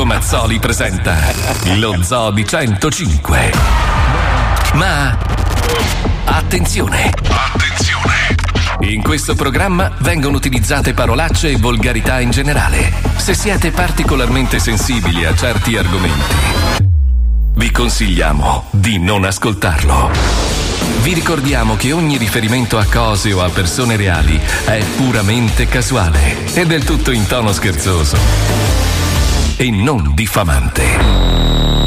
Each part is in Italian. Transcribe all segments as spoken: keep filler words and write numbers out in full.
Mazzoli presenta lo Zoo di centocinque. Ma attenzione! Attenzione! In questo programma vengono utilizzate parolacce e volgarità in generale. Se siete particolarmente sensibili a certi argomenti, vi consigliamo di non ascoltarlo. Vi ricordiamo che ogni riferimento a cose o a persone reali è puramente casuale e del tutto in tono scherzoso e non diffamante.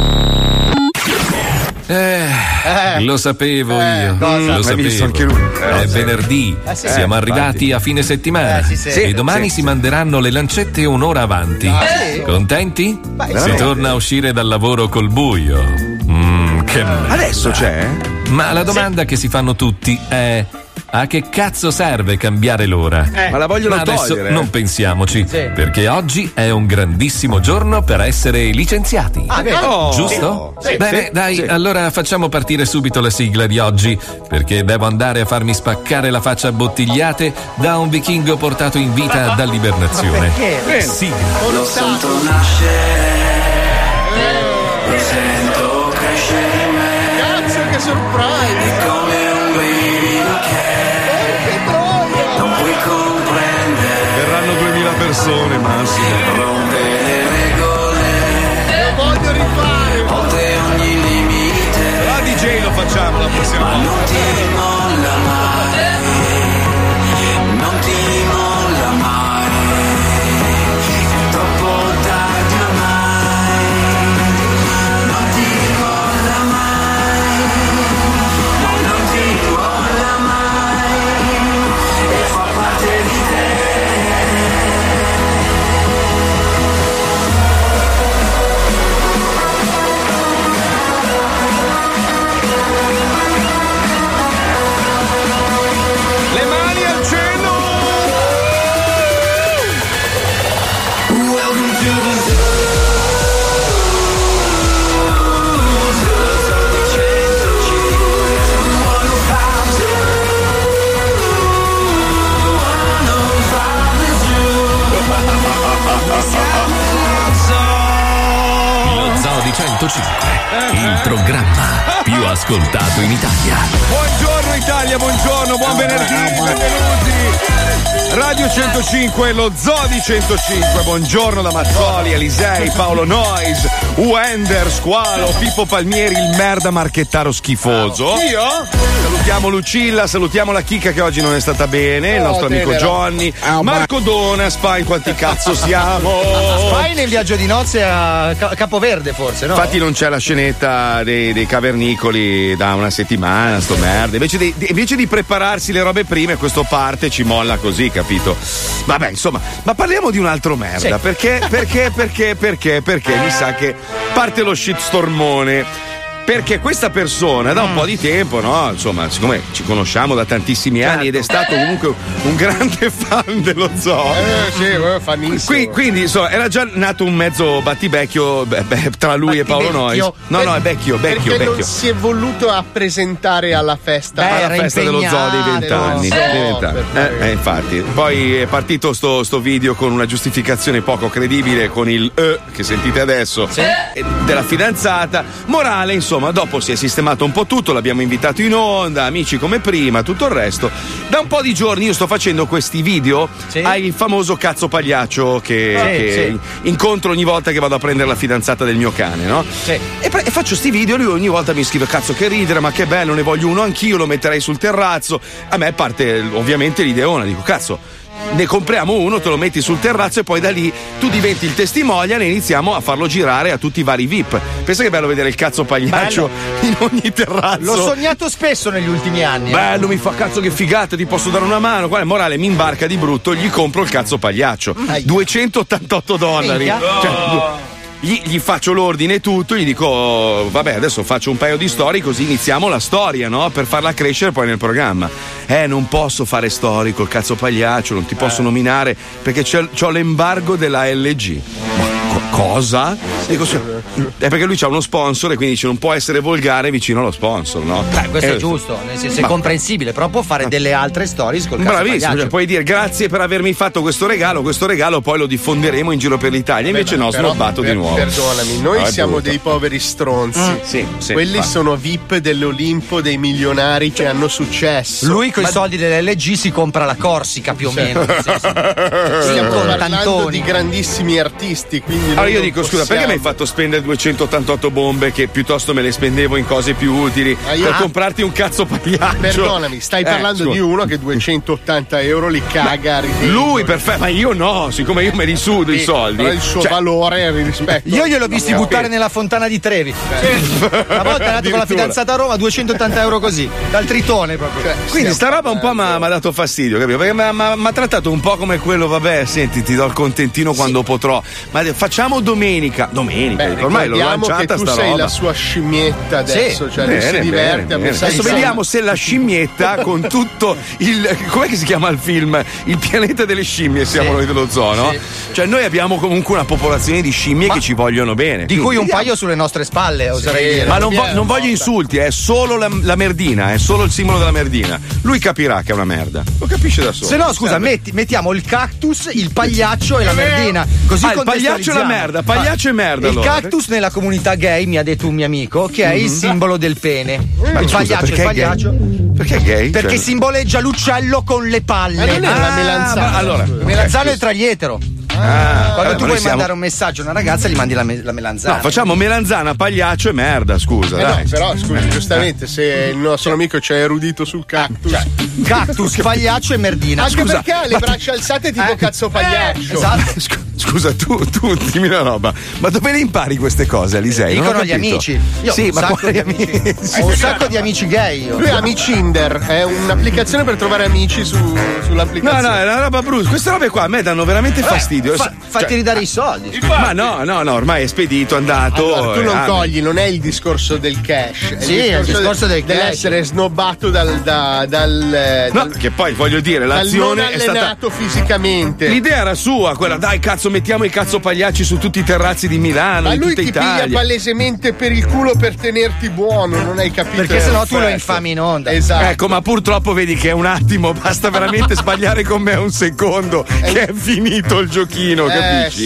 Eh, eh, lo sapevo eh, io, cosa? lo sapevo. Anche lui. Eh, è venerdì, eh, sì, siamo eh, arrivati infatti. a fine settimana eh, sì, sì. e domani sì, si manderanno le lancette un'ora avanti. Ah, sì? Contenti? Beh, si sì. torna a uscire dal lavoro col buio. Mm, che merda. Adesso c'è? Ma la domanda sì. che si fanno tutti è: a che cazzo serve cambiare l'ora? Eh, ma la vogliono ma adesso togliere. non pensiamoci, Sì. perché oggi è un grandissimo giorno per essere licenziati. Ah, oh, giusto? Sì. Bene, Sì. dai, Sì. allora facciamo partire subito la sigla di oggi, perché devo andare a farmi spaccare la faccia a bottigliate da un vichingo portato in vita dall'ibernazione. Perché? Sigla. Lo sento nascere, lo sento crescere in me. Cazzo, che surprise! È come un brivido che non puoi comprendere. Verranno duemila persone, massimo. Rompe le regole, Lo voglio rifare! oltre ogni limite. La D J lo facciamo la prossima Ma volta. non ti molla mai, non ti molla mai. È troppo tardi ormai, non ti molla mai, no, non ti molla mai, e fa parte di te. Le mani al cielo! Welcome to the zoo. Zoo di centocinque, centocinque Lo Zoo di centocinque, il programma più ascoltato in Italia. Buongiorno Italia, buongiorno, buon venerdì, benvenuti. Radio centocinque, lo Zoo di centocinque, buongiorno da Mazzoli, Elisei, Paolo Nois, Wender, Squalo, Pippo Palmieri, il merda marchettaro schifoso. Io? Salutiamo Lucilla, salutiamo la Chicca che oggi non è stata bene, il nostro amico tenera. Johnny, Marco Dona, Spine, quanti cazzo siamo? Fai nel viaggio di nozze a Ca- Capoverde forse, no? Infatti non c'è la scenetta dei, dei cavernicoli da una settimana, sto merda. Invece di, di- invece di prepararsi le robe prime, questo parte ci molla così, capito? Vabbè, insomma, ma parliamo di un altro merda. Sì. Perché, perché, perché, perché, perché mi sa che parte lo shitstormone. Perché questa persona da un po' di tempo, no? Insomma, siccome ci conosciamo da tantissimi anni ed è stato comunque un grande fan dello zoo. Eh, sì, eh, fanissimo. Qui- quindi insomma era già nato un mezzo battibecchio beh, beh, tra lui e Paolo Nois. Battibecchio. No, no, è vecchio, vecchio, Perché vecchio. non si è voluto a presentare alla festa. Beh, Alla era festa dello zoo dei impegnato. vent'anni. So, dei vent'anni. per Eh, eh, infatti. Poi è partito sto, sto video con una giustificazione poco credibile con il eh, che sentite adesso eh, della fidanzata. Morale, insomma, dopo si è sistemato un po' tutto, l'abbiamo invitato in onda, amici come prima, tutto il resto. Da un po' di giorni io sto facendo questi video Sì. al famoso cazzo pagliaccio che, Sì, che incontro ogni volta che vado a prendere la fidanzata del mio cane, no? Sì. E, pre- e faccio sti video, lui ogni volta mi scrive cazzo che ridere, ma che bello, ne voglio uno anch'io, lo metterei sul terrazzo. A me parte ovviamente l'ideona, dico cazzo, ne compriamo uno, te lo metti sul terrazzo e poi da lì tu diventi il testimonial e iniziamo a farlo girare a tutti i vari V I P. Pensa che bello vedere il cazzo pagliaccio in ogni terrazzo. L'ho sognato spesso negli ultimi anni. eh. Bello, mi fa cazzo che figata, ti posso dare una mano. Guarda, morale, mi imbarca di brutto, gli compro il cazzo pagliaccio. Aia. duecentottantotto dollari. Minchia. Cioè, gli, gli faccio l'ordine e tutto, gli dico vabbè adesso faccio un paio di storie così iniziamo la storia, no? Per farla crescere poi nel programma. Eh non posso fare storie col cazzo pagliaccio, non ti posso nominare perché c'è, c'ho l'embargo della L G. Ma cosa? Dico, è perché lui c'ha uno sponsor e quindi dice non può essere volgare vicino allo sponsor, no? Beh, questo eh, è giusto, nel senso è ma... comprensibile, però può fare delle altre stories col cazzo bravissimo, pagliaccio. cioè, puoi dire grazie per avermi fatto questo regalo, questo regalo poi lo diffonderemo in giro per l'Italia. Invece Beh, no, però, snobbato per, di nuovo. Perdonami, noi no, siamo brutto. dei poveri stronzi. Mm. Sì, sì, Quelli va. sono V I P dell'Olimpo dei milionari che hanno successo. Lui con i Ma soldi dell'L G si compra la Corsica più o meno. nel senso. stiamo con parlando tantoni. di grandissimi artisti. Quindi Allora noi io non dico scusa, possiamo- perché mi hai fatto spendere duecentottantotto bombe che piuttosto me le spendevo in cose più utili Ah, io- per ah. comprarti un cazzo pagliaccio? Perdonami, stai Eh, parlando scusa. di uno che duecentottanta euro li caga a ridere. Lui perfetto, ma io no, siccome io me li sudo i soldi. Però il suo Cioè, valore rispetto. Io gliel'ho visti No, buttare sì. nella fontana di Trevi. Una volta è andato con la Addirittura. fidanzata a Roma, duecentottanta euro così, dal tritone proprio. Cioè, Quindi stiamo sta roba un po' mi ha dato fastidio, capito? Perché mi ha trattato un po' come quello, vabbè, senti, ti do il contentino quando potrò. Ma facciamo domenica. Domenica, Beh, dico, ormai l'ho ricordiamo lanciata che tu sta sei roba. la sua scimmietta adesso, Sì, cioè lui bene, si diverte bene, a bene. pensare Adesso ai vediamo se la scimmietta con tutto il com'è che si chiama il film? Il pianeta delle scimmie siamo Sì. noi dello zoo, no? Sì. Cioè noi abbiamo comunque una popolazione di scimmie Ma- che ci vogliono bene. Di cui un Vediamo. paio sulle nostre spalle, oserei dire. Ma non, vo- Dobbiamo- non voglio insulti, è solo la, la merdina, è solo il simbolo della merdina. Lui capirà che è una merda. Lo capisce da solo. Se no, scusa, Serve. metti- mettiamo il cactus, il pagliaccio e la merdina. Così Ah, il pagliaccio e la contestualizziamo. merda, pagliaccio e merda, Il allora. cactus nella comunità gay, mi ha detto un mio amico, che è il simbolo del pene. Il scusa, pagliaccio, il perché è pagliaccio. gay? Perché è gay? Perché Cioè- simboleggia l'uccello con le palle. Ma non è la Ah, melanzana. ma allora, il melanzano è il traglietero. Ah, Quando vabbè, tu ma vuoi noi siamo- mandare un messaggio a una ragazza, gli mandi la, me- la melanzana. No, facciamo melanzana, pagliaccio e merda, scusa. Eh no, dai. però scusi, giustamente se il nostro amico c'è erudito sul cactus. Cioè, Cactus, pagliaccio e merdina. Anche scusa, perché ha le braccia alzate tipo Eh, cazzo pagliaccio. Esatto. Scu- Scusa, tu, tu dimmi una roba, ma dove le impari queste cose, Alisei? Non ho Dicono gli capito. amici. Io ho sì, un ma sacco quali di amici? amici. Ho un sacco di amici gay io. Lui ha Amicinder, è un'applicazione per trovare amici su, No, sull'applicazione. no, è una roba brutta. Queste robe qua a me danno veramente fastidio. Fa- fatti Cioè, ridare i soldi. ma no, no, no, ormai è spedito, è andato. Allora, tu eh, non ah, cogli, non è il discorso del cash, è Sì, è il discorso del cash. dell'essere snobbato dal, da- dal, No, dal, che poi voglio dire, dal non l'azione è stata. allenato fisicamente. L'idea era sua, quella, dai cazzo, mettiamo i cazzo pagliacci su tutti i terrazzi di Milano, Ma di lui tutta ti piglia Italia. palesemente per il culo per tenerti buono, non hai capito? Perché sennò tu lo Perfetto. infami in onda. Esatto. Ecco, ma purtroppo vedi che è un attimo, basta veramente sbagliare con me un secondo, che è finito il giochino, Eh, capisci? sì.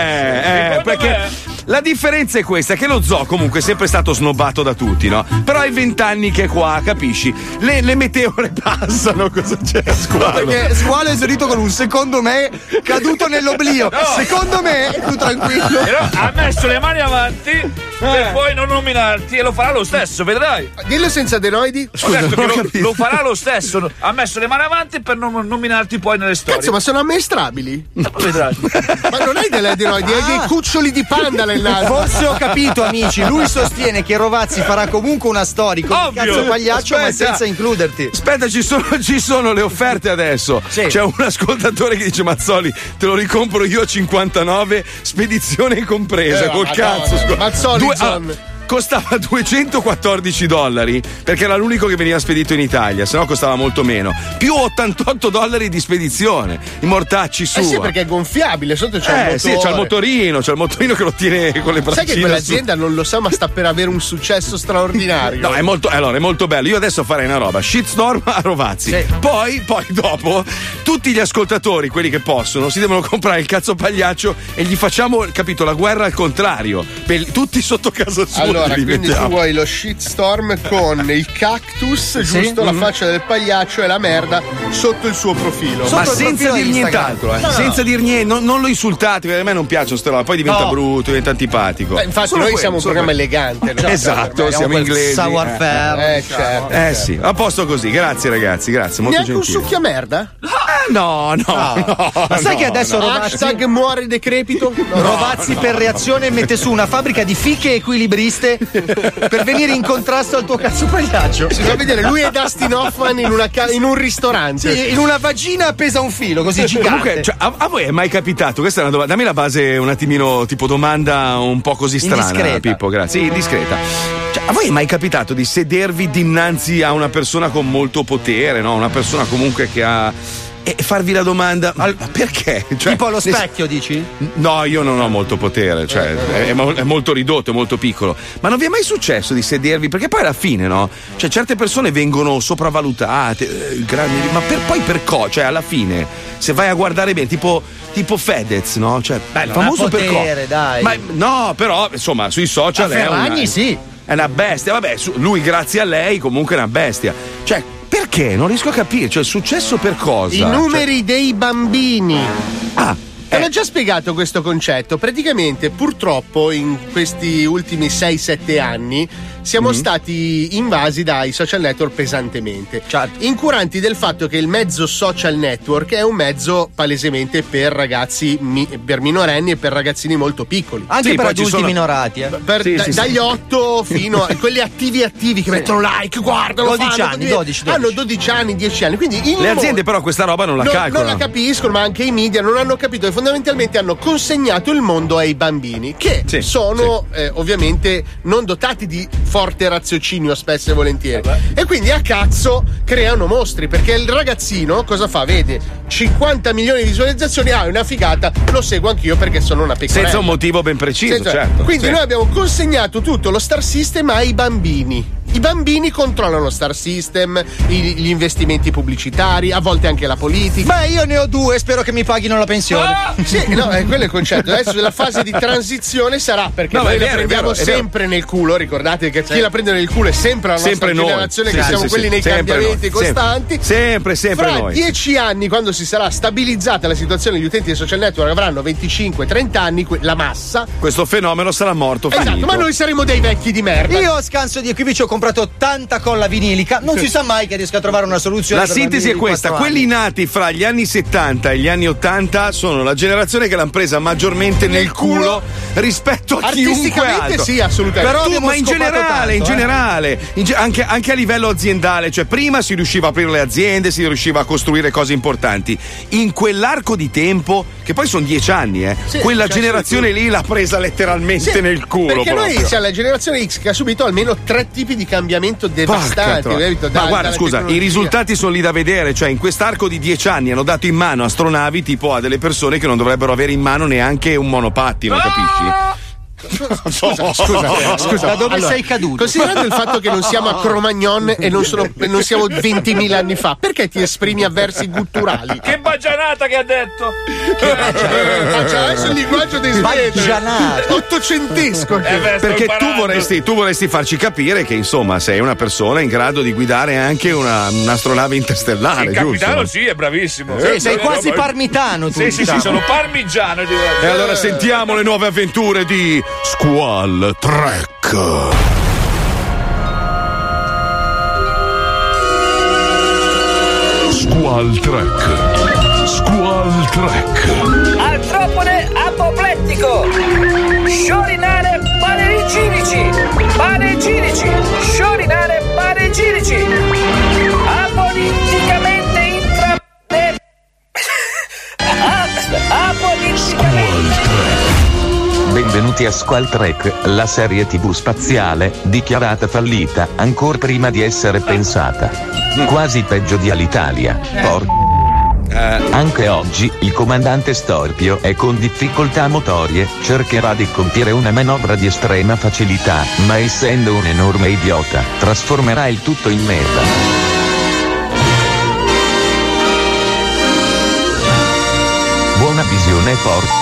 Eh, eh, perché la differenza è questa, che lo zoo comunque è sempre stato snobbato da tutti, no? Però hai vent'anni che è qua, capisci? Le, le meteore passano, cosa c'è a squalo? Perché Squalo è esaurito con un secondo me caduto nell'oblio. Secondo me, tu tranquillo. Però ha messo le mani avanti per poi non nominarti e lo farà lo stesso, vedrai. Dillo senza adenoidi. Ho detto non ho che lo, capito. lo farà lo stesso. Ha messo le mani avanti per non nominarti poi nelle storie. Cazzo, ma sono amministrabili? Vedrai. Ma non hai delle adenoidi, hai dei cuccioli di panda nel naso. Forse ho capito, amici. Lui sostiene che Rovazzi farà comunque una storia con il Ovvio. cazzo pagliaccio, ma Aspetta. senza includerti. Aspetta, ci sono, ci sono le offerte adesso. Sì. C'è un ascoltatore che dice: Mazzoli, te lo ricompro io a cinquantanove, spedizione compresa. Eh, col Madonna. cazzo. scusa. Mazzoli Due- Zon. ah, costava duecentoquattordici dollari perché era l'unico che veniva spedito in Italia, se no costava molto meno. Più ottantotto dollari di spedizione. I mortacci su. Eh sì, perché è gonfiabile, sotto c'è Eh il motore. sì, c'è il motorino, c'è il motorino che lo tiene con le braccia. Sai che quell'azienda non lo sa, ma sta per avere un successo straordinario. No, è molto, allora, è molto bello. Io adesso farei una roba: shitstorm a Rovazzi. Sì. Poi, poi dopo, tutti gli ascoltatori, quelli che possono, si devono comprare il cazzo pagliaccio e gli facciamo, capito, la guerra al contrario. Per- tutti sotto casa sua. Allora, li quindi tu mettiamo. vuoi lo shitstorm con il cactus, giusto? La faccia del pagliaccio e la merda sotto il suo profilo. Ma sotto il senza profilo dir di nient'altro, eh. Instagram. senza dir niente, non, non lo insultate, perché a me non piacciono ste robe, poi diventa No. brutto, diventa antipatico. Beh, infatti, Solo noi quello, siamo un solo programma quello. elegante. no? Esatto, Cioè, siamo quel inglesi. savoir faire. Eh, certo. Eh sì, a posto così, grazie ragazzi, grazie, molto Neanche un gentili. succhio merda? Eh, no, no, no. Ma sai no, che adesso no. Rovazzi, Hashtag muore decrepito? No. Rovazzi per reazione mette su una fabbrica di fiche equilibriste per venire in contrasto al tuo cazzo pagliaccio. Si fa vedere lui e Dustin Hoffman in, una ca- in un ristorante. Sì, in una vagina appesa a un filo, così gigante. Comunque, cioè, a, a voi è mai capitato? Questa è una domanda. Dammi la base un attimino, tipo domanda un po' così strana, Indiscreta. Pippo, grazie. Sì, indiscreta. Cioè, a voi è mai capitato di sedervi dinanzi a una persona con molto potere, no? Una persona comunque che ha. e farvi la domanda: ma perché? Cioè, tipo allo specchio, dici? No, io non ho molto potere, cioè è, è molto ridotto, è molto piccolo. Ma non vi è mai successo di sedervi? Perché poi alla fine, no? Cioè, certe persone vengono sopravvalutate, eh, grandi, ma per, poi per cosa? Cioè, alla fine, se vai a guardare bene, tipo, tipo Fedez, no? Cioè, Beh, famoso per potere, cosa? dai. Ma, no, però, insomma, sui social a è Ferragni, una, sì. È una bestia. Vabbè, su, lui, grazie a lei, comunque è una bestia. Cioè, perché? Non riesco a capire. Cioè, è successo per cosa? I numeri cioè... dei bambini. Ah. Te l'ho già spiegato questo concetto. Praticamente, purtroppo, in questi ultimi sei sette anni siamo mm-hmm. stati invasi dai social network pesantemente. Certo. Incuranti del fatto che il mezzo social network è un mezzo palesemente per ragazzi, mi, per minorenni e per ragazzini molto piccoli. Anche sì, per adulti sono... minorati. Eh. Per, sì, da, sì, dagli sì. otto fino a quelli attivi attivi che sì. mettono like, guardalo, dodici fanno, anni, dodici, dodici. hanno dodici anni, dieci anni. Quindi le aziende però questa roba non la non, calcolano. Non la capiscono, ma anche i media non hanno capito che fondamentalmente hanno consegnato il mondo ai bambini, che sì, sono sì. Eh, ovviamente non dotati di forte raziocinio spesso e volentieri. E quindi a cazzo creano mostri, perché il ragazzino cosa fa? Vede cinquanta milioni di visualizzazioni, ah, è una figata, lo seguo anch'io perché sono una pecorella. Senza un motivo ben preciso, Senza... certo. Quindi sì. noi abbiamo consegnato tutto lo Star System ai bambini. I bambini controllano lo Star System, i, gli investimenti pubblicitari, a volte anche la politica. Beh, io ne ho due, spero che mi paghino la pensione. Ah! Sì, no, è quello il concetto. Adesso la fase di transizione sarà perché no, noi è la vero, prendiamo è vero, è sempre nel culo. Ricordate che chi la prende nel culo è sempre la nostra sempre generazione, noi. che Sì, siamo sì, quelli sì, nei sempre cambiamenti noi. costanti. Sempre, sempre Fra noi. dieci anni, quando si sarà stabilizzata la situazione, gli utenti dei social network avranno venticinque trenta anni, la massa. Questo fenomeno sarà morto. Esatto, finito. ma noi saremo dei vecchi di merda. Io scanso di equivoci ho comprato tanta colla vinilica, non si sa mai che riesco a trovare una soluzione. La sintesi è questa: quelli nati fra gli anni settanta e gli anni ottanta sono la generazione che l'ha presa maggiormente nel culo rispetto a chiunque altro. Sì, assolutamente. Però tu, ma in generale, tanto, in eh? generale, in ge- anche, anche a livello aziendale, cioè prima si riusciva a aprire le aziende, si riusciva a costruire cose importanti. In quell'arco di tempo, che poi sono dieci anni, eh, sì, quella cioè, generazione lì l'ha presa letteralmente sì, nel culo. Perché proprio. noi siamo la generazione X che ha subito almeno tre tipi di cambiamento devastanti. Da, ma guarda, scusa, i risultati sono lì da vedere. Cioè, in quest'arco di dieci anni hanno dato in mano astronavi tipo a delle persone che non dovrebbero avere in mano neanche un monopattino, capisci? Scusa, scusa, scusa. Da dove allora, sei caduto? Considerando il fatto che non siamo a Cro-Magnon e non, sono, non siamo ventimila anni fa, perché ti esprimi a versi gutturali? Che baggianata che ha detto! Faccia adesso il linguaggio dei Baggianata. ottocentesco. Eh beh, Perché tu vorresti, tu vorresti farci capire che insomma sei una persona in grado di guidare anche una, un'astronave interstellare. Il giusto? capitano sì, è bravissimo. Sì, sei Eh, quasi no, parmitano tu. Sì, sì, diciamo. sì, sono parmigiano. E allora sentiamo le nuove avventure di Squall Trek. Squall Trek. Squall Trek. Artropode apoplettico. Sciorinare panegirici. Panegirici. Sciorinare panegirici. Apoliticamente intra... Apoliticamente... Benvenuti a Squall Trek, la serie tivù spaziale, dichiarata fallita ancora prima di essere pensata. Quasi peggio di Alitalia. Por... Anche oggi il comandante Storpio è con difficoltà motorie, cercherà di compiere una manovra di estrema facilità, ma essendo un enorme idiota, trasformerà il tutto in merda. Buona visione, Por...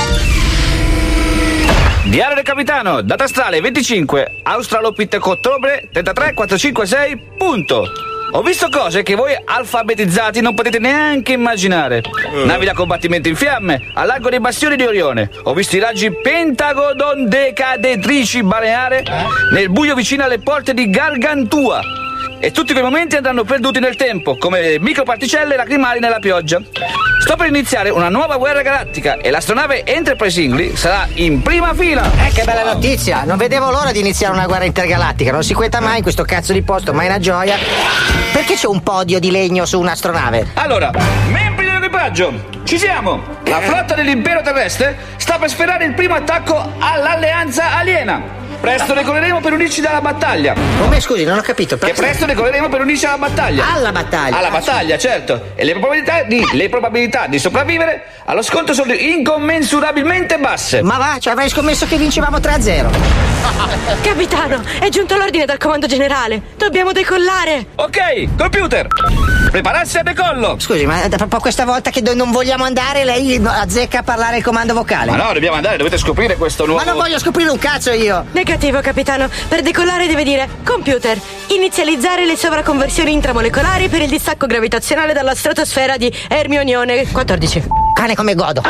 Diario del capitano, data astrale venticinque, Australopiteco ottobre trentatré quattrocentocinquantasei, punto. Ho visto cose che voi alfabetizzati non potete neanche immaginare. Navi da combattimento in fiamme, al largo dei bastioni di Orione. Ho visto i raggi pentagododecadetrici balneare nel buio vicino alle porte di Gargantua. E tutti quei momenti andranno perduti nel tempo, come microparticelle lacrimali nella pioggia. Sto per iniziare una nuova guerra galattica e l'astronave Enterprise Ingli sarà in prima fila. Eh, che bella notizia! Non vedevo l'ora di iniziare una guerra intergalattica. Non si quieta mai in questo cazzo di posto, ma è una gioia. Perché c'è un podio di legno su un'astronave? Allora, membri dell'equipaggio, ci siamo! La flotta dell'impero terrestre sta per sferrare il primo attacco all'alleanza aliena. presto decolleremo per unirci dalla battaglia. Come, scusi, non ho capito. Che presto decolleremo per unirci alla battaglia. Alla battaglia. Alla battaglia, certo. E le probabilità di, le probabilità di sopravvivere allo scontro sono incommensurabilmente basse. Ma va, ci avrei scommesso che vincevamo tre a zero. Capitano, è giunto l'ordine dal comando generale. Dobbiamo decollare. Ok, computer, prepararsi al decollo. Scusi, ma da proprio questa volta che non vogliamo andare, lei azzecca a parlare il comando vocale. Ma no, dobbiamo andare, dovete scoprire questo nuovo. Ma non voglio scoprire un cazzo io. Negativo, capitano. Per decollare deve dire: computer, inizializzare le sovraconversioni intramolecolari per il distacco gravitazionale dalla stratosfera di Ermionione quattordici. Cane, come godo.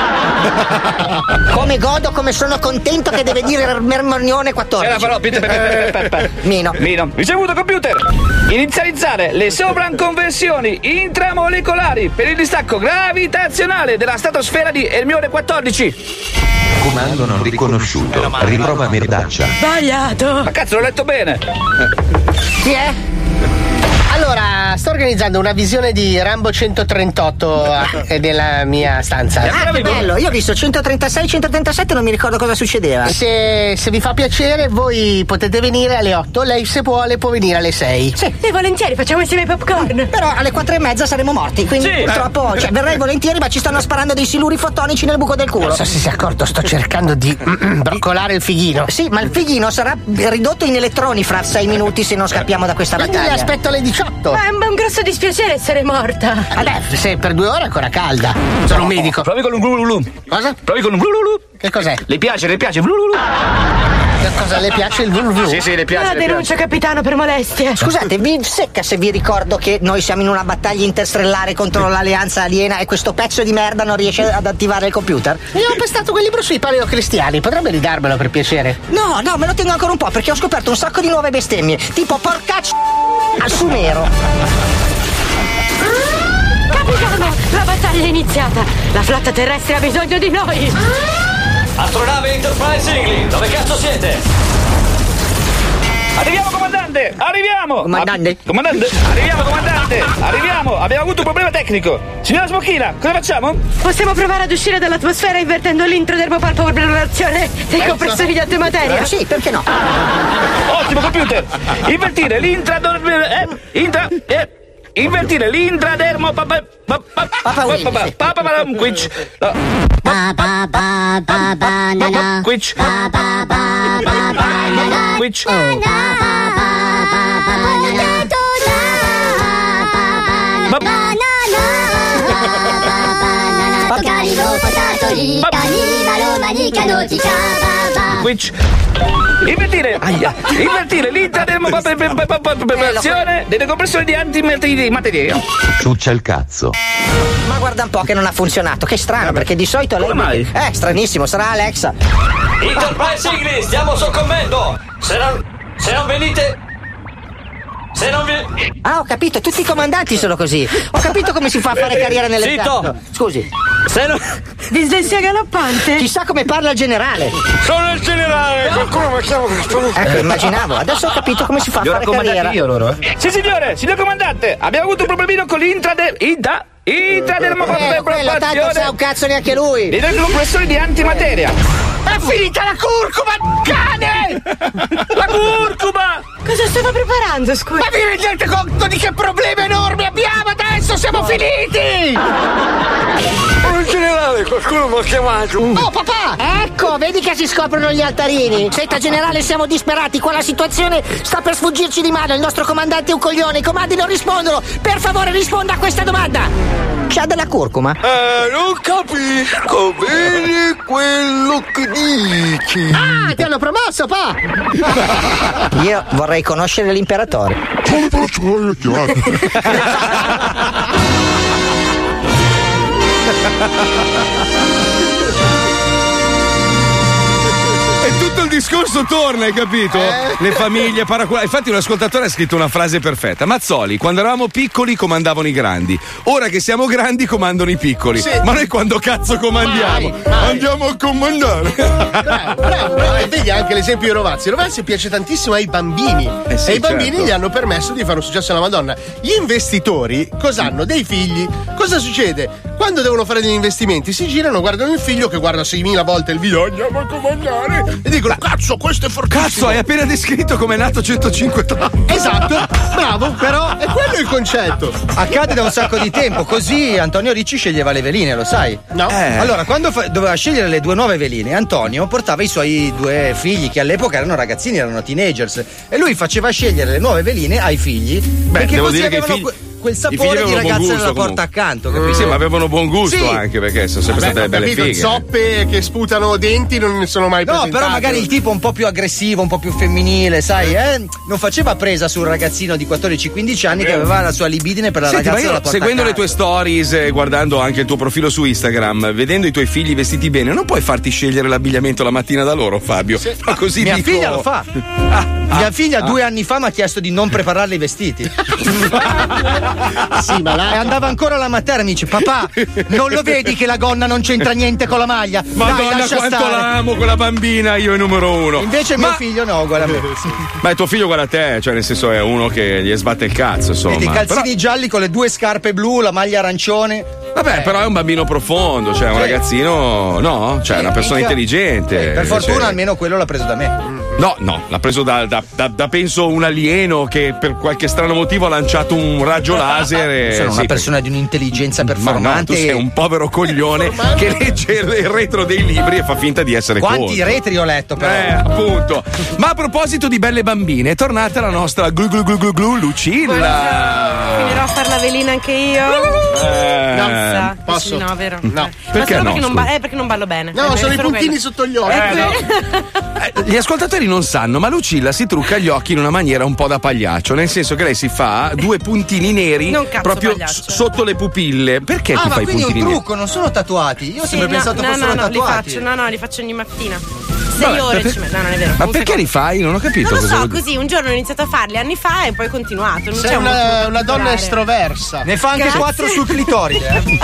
Come godo, come sono contento che deve dire Ermionione quattordici. Era però, Peter, per, per, per. Mino. Mino. Ricevuto, computer. Inizializzare le sovraconversioni intramolecolari per il distacco gravitazionale della stratosfera di Ermione quattordici. Comando non riconosciuto. Riprova merdaccia. Sbagliato. Ma cazzo, l'ho letto bene. Chi è? Allora, sto organizzando una visione di Rambo centotrentotto nella mia stanza. Ah, che bello! Io ho visto centotrentasei, centotrentasette, non mi ricordo cosa succedeva. Se, se vi fa piacere, voi potete venire alle otto. Lei, se vuole, può venire alle sei. Sì, e volentieri, facciamo insieme i popcorn. Però alle quattro e mezza saremo morti, quindi sì, purtroppo cioè, verrei volentieri, ma ci stanno sparando dei siluri fotonici nel buco del culo. Non so se si è accorto, sto cercando di broccolare il fighino. Sì, ma il fighino sarà ridotto in elettroni fra sei minuti se non scappiamo da questa Quindi battaglia. aspetto alle diciotto. Ma è un grosso dispiacere essere morta. Vabbè, se per due ore è ancora calda. Sono un medico. Provi con un glululu. Cosa? Provi con un glululu. Che cos'è? Le piace, le piace glululu. Che cosa le piace il vulu? Sì, sì, le piace. La le denuncia, capitano, per molestie. Scusate, vi secca se vi ricordo che noi siamo in una battaglia interstellare contro l'alleanza aliena e questo pezzo di merda non riesce ad attivare il computer? Io ho pestato quel libro sui paleocristiani, potrebbe ridarmelo per piacere? No, no, me lo tengo ancora un po' perché ho scoperto un sacco di nuove bestemmie, tipo porcaccio al sumero. Capitano, la battaglia è iniziata. La flotta terrestre ha bisogno di noi. Astronave Enterprise Eagle, dove cazzo siete? Arriviamo, comandante! Arriviamo! Comandante? Ah, comandante? Arriviamo, comandante! Arriviamo! Abbiamo avuto un problema tecnico! Signora Smocchina, cosa facciamo? Possiamo provare ad uscire dall'atmosfera invertendo l'introdermopalpopolarizazione dei compressori di antimateria. Sì, perché no? Ottimo, computer! Invertire l'intrador... Eh, intra... Eh, invertire l'intradermo... Papa... Papa... Papa... Papa... Quich... Ba ba ba banana. Quich... Ba ba ba ba banana. Quich... Which? Invertire Aia. Invertire l'intradermopaperazione delle compressioni di antimateria. Ciuccia il cazzo. Ma guarda un po' che non ha funzionato, che strano, perché di solito lei. Come mai? Eh, stranissimo, sarà Alexa. Enterprise Eagle, stiamo soccombendo! Se non, se non venite... Se non vi... Ah, ho capito, tutti i comandanti sono così. Ho capito come si fa a fare carriera nell'esercito. Scusi. Se non... Dislessia galoppante? Chissà come parla il generale. Sono il generale! Qualcuno mi chiama per Ecco, immaginavo. Adesso ho capito come si fa a fare carriera. Io loro, eh? Sì, signore, signor comandante, abbiamo avuto un problemino con l'intrader... Intra... Intradermopaperazione. Tanto sa un cazzo neanche lui. Delle compressioni di antimateria. È finita la curcuma, cane! La curcuma! Cosa stava preparando, scusa? Ma vi rendete conto di che problemi enormi abbiamo adesso? Siamo finiti! in generale, qualcuno mi ha chiamato. Oh, papà! Ecco, vedi che si scoprono gli altarini. Senta, generale, siamo disperati. Qua la situazione sta per sfuggirci di mano. Il nostro comandante è un coglione. I comandi non rispondono. Per favore, risponda a questa domanda. C'ha della curcuma? Eh, non capisco bene quello che dici. Ah, ti hanno promosso, pa! Io vorrei conoscere l'imperatore. E tutto il discorso torna, hai capito? Eh? Le famiglie paraculate. Infatti un ascoltatore ha scritto una frase perfetta. Mazzoli, quando eravamo piccoli comandavano i grandi. Ora che siamo grandi comandano i piccoli. Sì. Ma noi quando cazzo comandiamo? Mai, mai. Andiamo a comandare. Bravo, bravo, bravo. E vedi anche l'esempio di Rovazzi. Rovazzi piace tantissimo ai bambini. Eh sì, e i bambini certo. gli hanno permesso di fare un successo alla Madonna. Gli investitori cosa hanno? Dei figli. Cosa succede? Quando devono fare degli investimenti si girano, guardano il figlio che guarda seimila volte il video, andiamo a comandare, e dicono cazzo questo è fortissimo. Cazzo, hai appena descritto come è nato centocinque Trump. Esatto, bravo, però è quello il concetto. Accade da un sacco di tempo, così Antonio Ricci sceglieva le veline, lo sai? No. Eh. Allora, quando fa- doveva scegliere le due nuove veline, Antonio portava i suoi due figli, che all'epoca erano ragazzini, erano teenagers, e lui faceva scegliere le nuove veline ai figli. Beh, perché devo così dire che i avevano figli- que- quel i sapore figli di avevano buon ragazza gusto, nella porta comunque. accanto, capisci? Sì, ma avevano buon gusto Sì. anche, perché sono sempre Vabbè, state ho belle capito, fighe. zoppe che sputano denti non ne sono mai No, presentate. però magari il tipo un po' più aggressivo, un po' più femminile, sai, eh? Non faceva presa sul ragazzino di quattordici quindici anni che aveva la sua libidine per la Senti, ma ragazza io, della porta seguendo le accanto. tue stories e guardando anche il tuo profilo su Instagram, vedendo i tuoi figli vestiti bene, non puoi farti scegliere l'abbigliamento la mattina da loro, Fabio? Ma così Mia dico... figlia lo fa. Ah, Mia ah, figlia ah. due anni fa mi ha chiesto di non prepararle i vestiti. Sì, ma là... E andava ancora alla materna e mi dice: papà, non lo vedi che la gonna non c'entra niente con la maglia? Dai, Madonna, lascia quanto stare. l'amo quella bambina, io è numero uno. Invece Ma- mio figlio no, guarda me. Ma il tuo figlio guarda te, cioè nel senso è uno che gli sbatte il cazzo, insomma. Vedi, calzini Però- gialli con le due scarpe blu, la maglia arancione. Vabbè, però è un bambino profondo, cioè un Sì. ragazzino, no? Cioè una persona Minchia. intelligente. Eh, per fortuna Cioè- almeno quello l'ha preso da me. No, no, l'ha preso da, da- da- da, penso un alieno che per qualche strano motivo ha lanciato un raggio laser. E, Sono una sì, persona di un'intelligenza Ma no, performante. tu sei un povero coglione che legge il retro dei libri e fa finta di essere Quanti colto. retri ho letto, però. Eh, appunto. Ma a proposito di belle bambine, è tornata la nostra glu glu glu glu glu Lucilla. Finirò a far la velina anche io. Eh, No, sa. posso? Sì, no, vero. No. Ma Perché solo no, perché non, scusa? ba- eh, perché non ballo bene. No, Eh, sono i solo puntini quello. sotto gli occhi. Eh, no. Eh, gli ascoltatori non sanno, ma Lucilla si trucca gli occhi in una maniera un po' da pagliaccio, nel senso che lei si fa due puntini neri Non cazzo proprio pagliaccio. s- sotto le pupille. Perché Ah, ti ma fai i quindi è un puntini neri? trucco, non sono tatuati. Io ho Sì, sempre no, pensato no, fossero no, no, li tatuati. faccio, no, no, li faccio ogni mattina. Sei Vabbè, ore per- ci metto. No, non è vero. Ma un perché secondo. li fai? Non ho capito. Non lo cosa so, vuol dire. così un giorno ho iniziato a farli anni fa e poi ho continuato. Non Sei c'è un una, motivo una donna particolare. estroversa. Ne fa anche Grazie. quattro sul clitoride. Eh.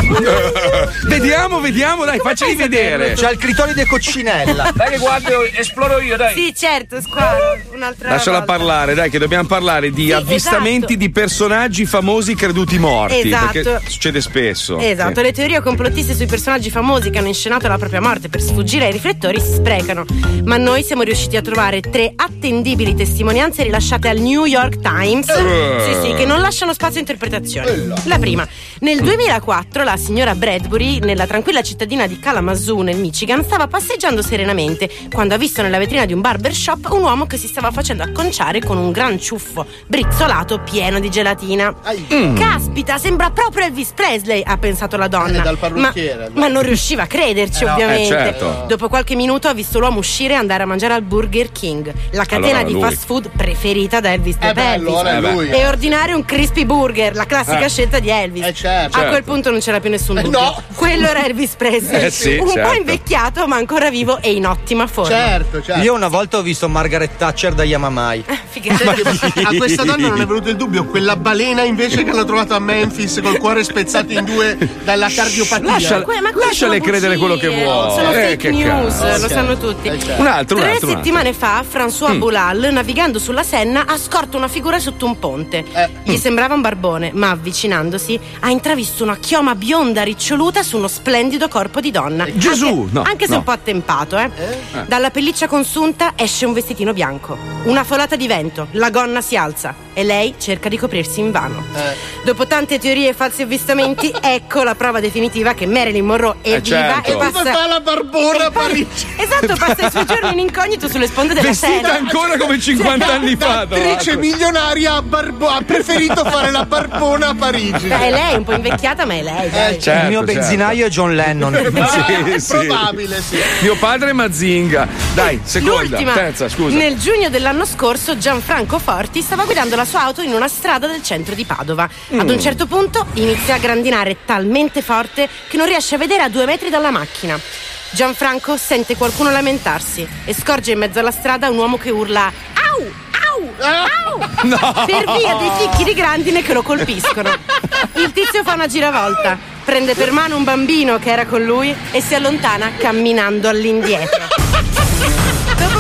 Vediamo, vediamo, dai, facceli vedere. C'ha il clitoride coccinella. Dai che guardo, esploro io, dai. Sì, certo, squadra. Un'altra Lasciala volta. parlare, dai, che dobbiamo parlare di Sì, avvistamenti esatto. di personaggi famosi creduti morti. Esatto. Perché succede spesso. Esatto, Sì. le teorie complottiste sui personaggi famosi che hanno inscenato la propria morte per sfuggire ai riflettori si sprecano. Ma noi siamo riusciti a trovare tre attendibili testimonianze rilasciate al New York Times. Sì, sì, che non lasciano spazio a interpretazioni. La prima, nel duemilaquattro la signora Bradbury, nella tranquilla cittadina di Kalamazoo nel Michigan, stava passeggiando serenamente quando ha visto nella vetrina di un barbershop un uomo che si stava facendo acconciare con un gran ciuffo brizzolato pieno di gelatina. Mm. Caspita, sembra proprio Elvis Presley, ha pensato la donna. Eh, dal ma, parrucchiere. ma non riusciva a crederci, Eh no, ovviamente. eh, certo. Dopo qualche minuto ha visto l'uomo uscire e andare a mangiare al Burger King, la catena Allora, di lui. fast food preferita da Elvis Eh beh, Presley. allora è Eh beh. lui. E ordinare un crispy burger, la classica Eh. scelta di Elvis. Eh, certo. A quel Certo. punto non c'era più nessun Eh, dubbio. no. Quello era Elvis Presley. Eh, sì, un certo. po' invecchiato, ma ancora vivo e in ottima forma. Certo, certo. Io una volta ho visto Margaret Thatcher da Yamamai. Figata. A questa donna non è venuto il dubbio, quella balena invece che hanno trovato a Memphis col cuore spezzato in due dalla cardiopatia. Lascia- Que- ma quelle lasciale sono credere quello bugie, che vuole. Sono Eh, fake che news, cazzo. lo sanno tutti. Eh, certo. Un altro, un Tre altro, un altro. settimane fa, François Mm. Boulal, navigando sulla Senna, ha scorto una figura sotto un ponte. Eh. Gli sembrava un barbone, ma avvicinandosi ha intravisto una chioma bionda riccioluta su uno splendido corpo di donna. Gesù! Anche, No, anche se no. un po' attempato, eh. Dalla pelliccia consunta esce un vestitino bianco. Una folata di vento, la gonna si alza e lei cerca di coprirsi invano. Eh. Dopo tante teorie e falsi avvistamenti, ecco la prova definitiva che Marilyn Monroe è Eh, viva certo. e Come passa. fa la barbona a Parigi? Esatto, passa i suoi giorni in incognito sulle sponde della Vestita Senna. ancora come cinquanta anni fa. tra Attrice l'altro. milionaria a barbo- ha preferito fare la barbona a Parigi. È lei, un po' invecchiata, ma è lei. dai. certo, Il mio certo. benzinaio è John Lennon. È sì. probabile, sì. Mio padre è Mazinga. Dai, seconda, L'ultima. terza, scusa. Nel giugno dell'anno scorso Gianfranco Forti stava guidando la sua auto in una strada del centro di Padova. Mm. Ad un certo punto inizia a grandinare talmente forte che non riesce a vedere a due metri dalla macchina. Gianfranco sente qualcuno lamentarsi e scorge in mezzo alla strada un uomo che urla "Au! Au! Au!" No. per via dei ficchi di grandine che lo colpiscono. Il tizio fa una giravolta, prende per mano un bambino che era con lui e si allontana camminando all'indietro. Dopo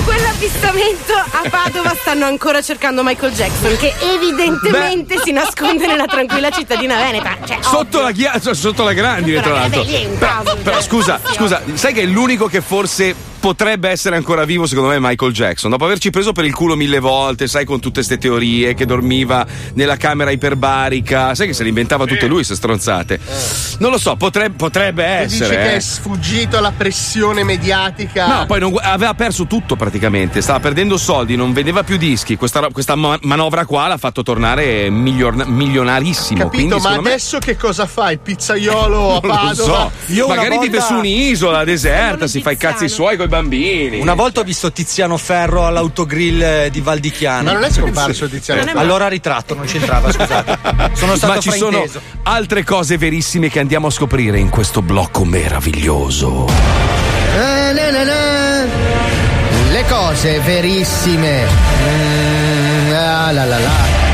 quell'avvistamento a Padova stanno ancora cercando Michael Jackson, che evidentemente Beh. si nasconde nella tranquilla cittadina veneta. Cioè, sotto la ghiaccia, sotto la grandine, tra l'altro. Beh, lì è un però, caso, però cioè, scusa, scusa, sai che è l'unico che forse potrebbe essere ancora vivo, secondo me, Michael Jackson, dopo averci preso per il culo mille volte, sai, con tutte ste teorie, che dormiva nella camera iperbarica, sai che se le inventava tutte lui, se stronzate. Non lo so, potrebbe, potrebbe essere. Dice eh. che è sfuggito alla pressione mediatica. No, poi non, aveva perso tutto praticamente, stava perdendo soldi, non vendeva più dischi. Questa, questa manovra qua l'ha fatto tornare miglior, milionarissimo. Capito, quindi, ma me... adesso che cosa fa? Il pizzaiolo a Padova? Non lo so. Io magari volta... vive su un'isola deserta, si fa i cazzi suoi coi bambini. Una volta ho visto Tiziano Ferro all'autogrill di Val di Chiana. Ma non è scomparso Tiziano Ferro? Allora ritratto, non c'entrava, scusate. Sono stato Ma ci frainteso. sono altre cose verissime che andiamo a scoprire in questo blocco meraviglioso. Eh, na, na, na. Le cose verissime. Mm, la, la, la, la.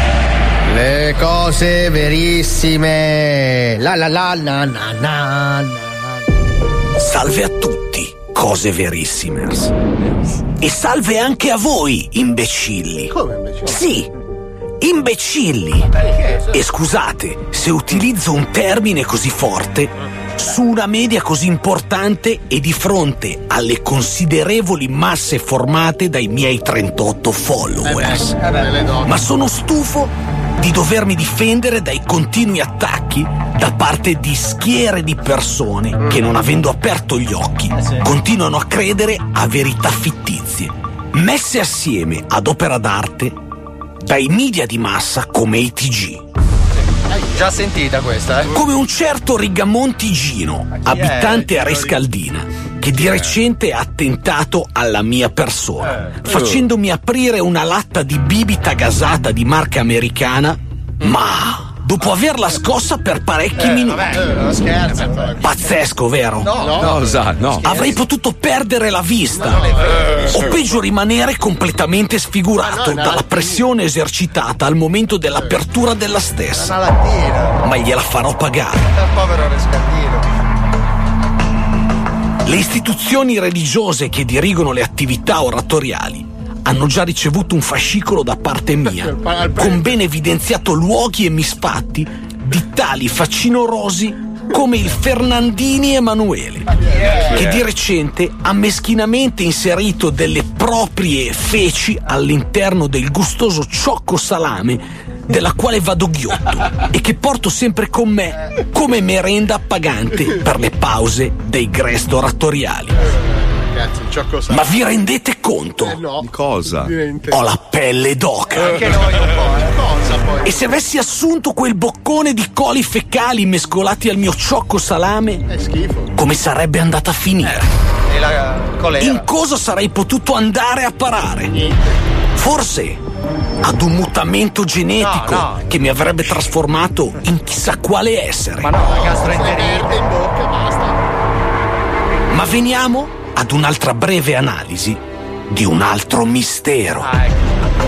Le cose verissime. La la la na na na. Salve a tutti, cose verissimers. E salve anche a voi, imbecilli. Come imbecilli? Sì, imbecilli. E scusate se utilizzo un termine così forte su una media così importante e di fronte alle considerevoli masse formate dai miei trentotto followers. Eh beh, eh beh, Ma sono stufo di dovermi difendere dai continui attacchi da parte di schiere di persone che, non avendo aperto gli occhi, continuano a credere a verità fittizie, messe assieme ad opera d'arte dai media di massa come i T G. Già sentita questa, eh? Come un certo Rigamontigino, abitante a Rescaldina, che di recente ha attentato alla mia persona, facendomi aprire una latta di bibita gasata di marca americana, ma dopo averla scossa per parecchi Eh, minuti. vabbè, non scherza. Pazzesco, vero? No, no. No, sa, no. Avrei potuto perdere la vista o peggio rimanere completamente sfigurato dalla pressione esercitata al momento dell'apertura della stessa. Malattina. Ma gliela farò pagare. Povero Rescaldino. Le istituzioni religiose che dirigono le attività oratoriali hanno già ricevuto un fascicolo da parte mia, con ben evidenziato luoghi e misfatti di tali facinorosi come il Fernandini Emanuele, che di recente ha meschinamente inserito delle proprie feci all'interno del gustoso ciocco salame della quale vado ghiotto e che porto sempre con me come merenda appagante per le pause dei grest oratoriali. Ma vi rendete conto? Eh no. Cosa? Ho la pelle d'oca. Anche noi un po', eh. Cosa poi? E se avessi assunto quel boccone di coli fecali mescolati al mio ciocco salame, È schifo. come sarebbe andata a finire? E la colera. In cosa sarei potuto andare a parare? Forse ad un mutamento genetico No, no. che mi avrebbe trasformato in chissà quale essere. Ma no, la gastroenterite. Verde in bocca, basta. Ma veniamo ad un'altra breve analisi di un altro mistero. Ah, ecco.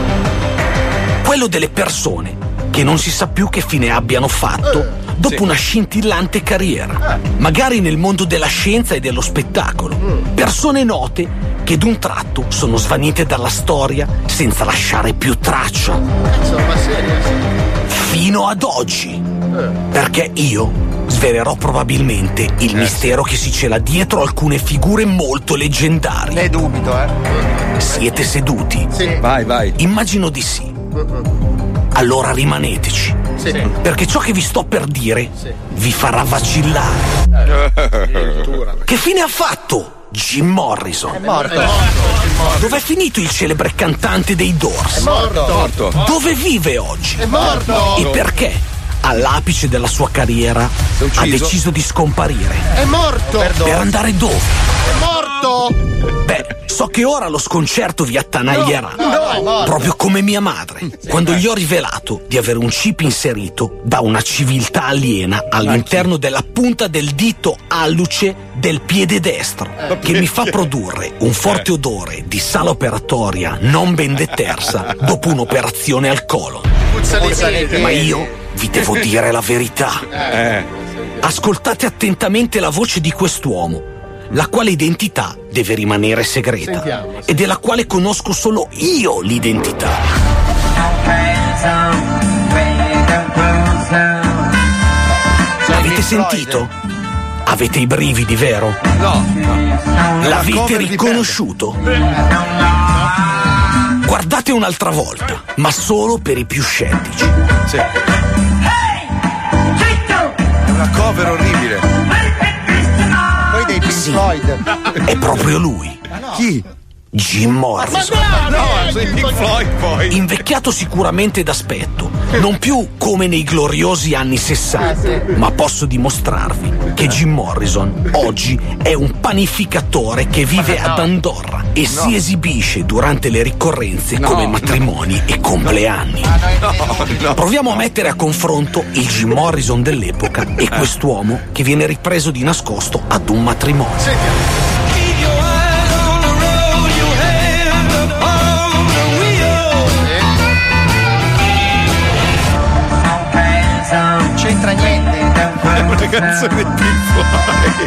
Quello delle persone che non si sa più che fine abbiano fatto dopo una scintillante carriera, magari nel mondo della scienza e dello spettacolo. Persone note che d'un tratto sono svanite dalla storia senza lasciare più traccia. Insomma, serio, sì. Fino ad oggi. Perché io svelerò probabilmente il mistero che si cela dietro alcune figure molto leggendarie. Ne dubito, eh. Siete seduti? Sì. Vai, vai. Immagino di sì. Allora rimaneteci, Sì. perché ciò che vi sto per dire Sì. vi farà vacillare. Addirittura. Che fine ha fatto Jim Morrison? È morto. Dov'è finito il celebre cantante dei Doors? È morto. Morto. Dove vive oggi? È morto. E perché, all'apice della sua carriera, Si è ucciso? ha deciso di scomparire? È morto. Per andare dove? È morto. Beh, so che ora lo sconcerto vi attanaglierà. No. Proprio come mia madre, quando gli ho rivelato di avere un chip inserito da una civiltà aliena all'interno della punta del dito alluce del piede destro, che mi fa produrre un forte odore di sala operatoria non ben detersa dopo un'operazione al colon. Puzza di piedi. Ma io vi devo dire la verità. Eh. Ascoltate attentamente la voce di quest'uomo, la quale identità deve rimanere segreta. Sentiamo. E della quale conosco solo io l'identità. Avete sentito? Avete i brividi, vero? No. L'avete riconosciuto? Guardate un'altra volta, ma solo per i più scettici. Sì. È una cover orribile. Poi dei Pink Sì. Floyd. È proprio lui. Chi? Jim Morrison. No, sono i Pink Floyd poi. Invecchiato sicuramente d'aspetto, non più come nei gloriosi anni sessanta, ma posso dimostrarvi che Jim Morrison oggi è un panificatore che vive ad Andorra e si esibisce durante le ricorrenze come matrimoni e compleanni. Proviamo a mettere a confronto il Jim Morrison dell'epoca e quest'uomo che viene ripreso di nascosto ad un matrimonio. Non c'entra niente. È una canzone di Pink Floyd.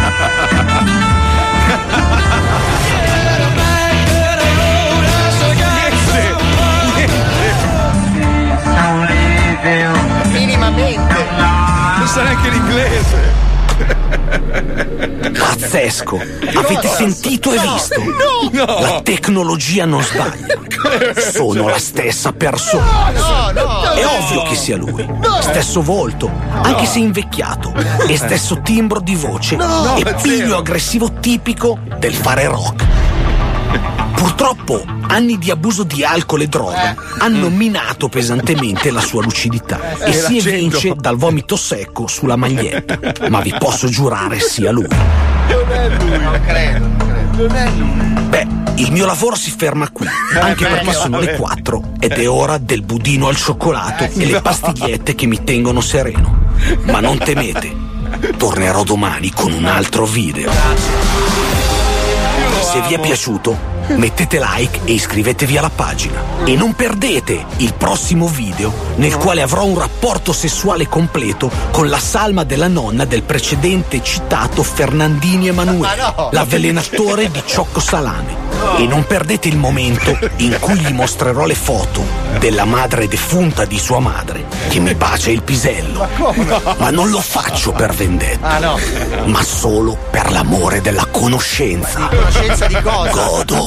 Minimamente. Non sa neanche l'inglese. Pazzesco! Avete sentito e visto? No! La tecnologia non sbaglia. Sono la stessa persona. No, no. È ovvio che sia lui. Stesso volto, anche se invecchiato, e stesso timbro di voce No, e zero. piglio aggressivo tipico del fare rock. Purtroppo anni di abuso di alcol e droga hanno minato pesantemente la sua lucidità e Eh, si l'accento. evince dal vomito secco sulla maglietta. Ma vi posso giurare sia lui. Non è lui. Non credo, non credo. Non è lui. Beh, il mio lavoro si ferma qui, anche beh, perché sono vabbè. le quattro ed è ora del budino al cioccolato e le pastigliette che mi tengono sereno. Ma non temete, tornerò domani con un altro video. Se vi è piaciuto, mettete like e iscrivetevi alla pagina. E non perdete il prossimo video nel quale avrò un rapporto sessuale completo con la salma della nonna del precedente citato Fernandini Emanuele, Ma no! l'avvelenatore di Ciocco Salame. E non perdete il momento in cui gli mostrerò le foto della madre defunta di sua madre che mi bacia il pisello. Ma non lo faccio per vendetta, Ah no. ma solo per l'amore della conoscenza. Conoscenza di cosa? Godo.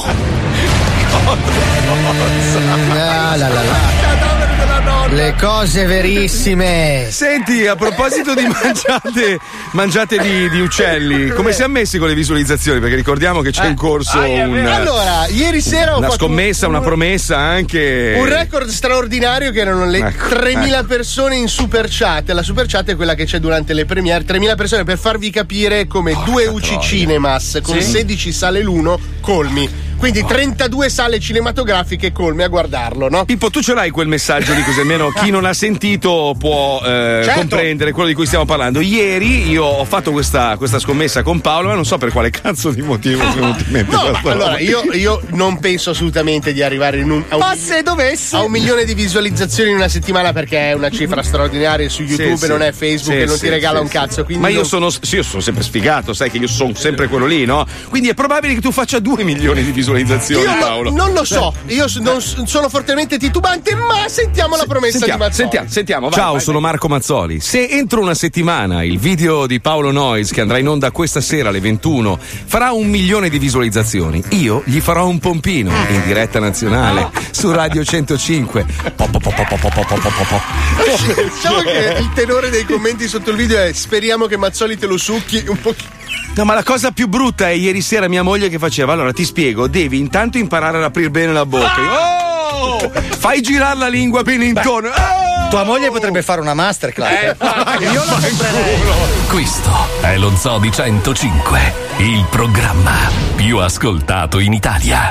Ah, la, la, la. Le cose verissime. Senti, a proposito di mangiate, mangiate di, di uccelli, come siamo messi con le visualizzazioni? Perché ricordiamo che c'è in corso un, Allora, ieri sera ho una fatto scommessa, un, una promessa anche. un record straordinario che erano le Ecco, tremila ecco. persone in super chat. La super chat è quella che c'è durante le premiere. tremila persone per farvi capire come due U C Cinemas con Sì? sedici sale l'uno colmi. Quindi trentadue sale cinematografiche colme a guardarlo, no? Pippo, tu ce l'hai quel messaggio lì, così almeno chi non ha sentito può eh, Certo. comprendere quello di cui stiamo parlando. Ieri io ho fatto questa, questa scommessa con Paolo, ma non so per quale cazzo di motivo è venuto in mente No, questa ma allora roba. io, io non penso assolutamente di arrivare in un, a, un, Ma se dovessi. a un milione di visualizzazioni in una settimana, perché è una cifra straordinaria su YouTube, Sì, sì. non è Facebook Sì, e non sì, ti regala sì, un sì. cazzo. Quindi Ma io non- sono, sì, io sono sempre sfigato, sai che io sono sempre quello lì, no? Quindi è probabile che tu faccia due milioni di visualizzazioni, Io no- Paolo. non lo so, io s- non s- sono fortemente titubante, ma sentiamo la promessa Sentiamo, di Mazzoli. sentiamo, sentiamo. vai, Ciao, vai, sono Marco Mazzoli. Se entro una settimana il video di Paolo Noyes, che andrà in onda questa sera alle ventuno, farà un milione di visualizzazioni, io gli farò un pompino in diretta nazionale su Radio centocinque. Po, po, po, po, po, po, po, po, po, po. Diciamo che il tenore dei commenti sotto il video è: speriamo che Mazzoli te lo succhi un pochino. No, ma la cosa più brutta è ieri sera mia moglie che faceva. Allora ti spiego, devi intanto imparare ad aprire bene la bocca. Oh! Fai girare la lingua bene intorno. Oh! Tua moglie potrebbe fare una masterclass. Eh, Io lo comprerei. Questo è lo Zoo di centocinque, il programma più ascoltato in Italia.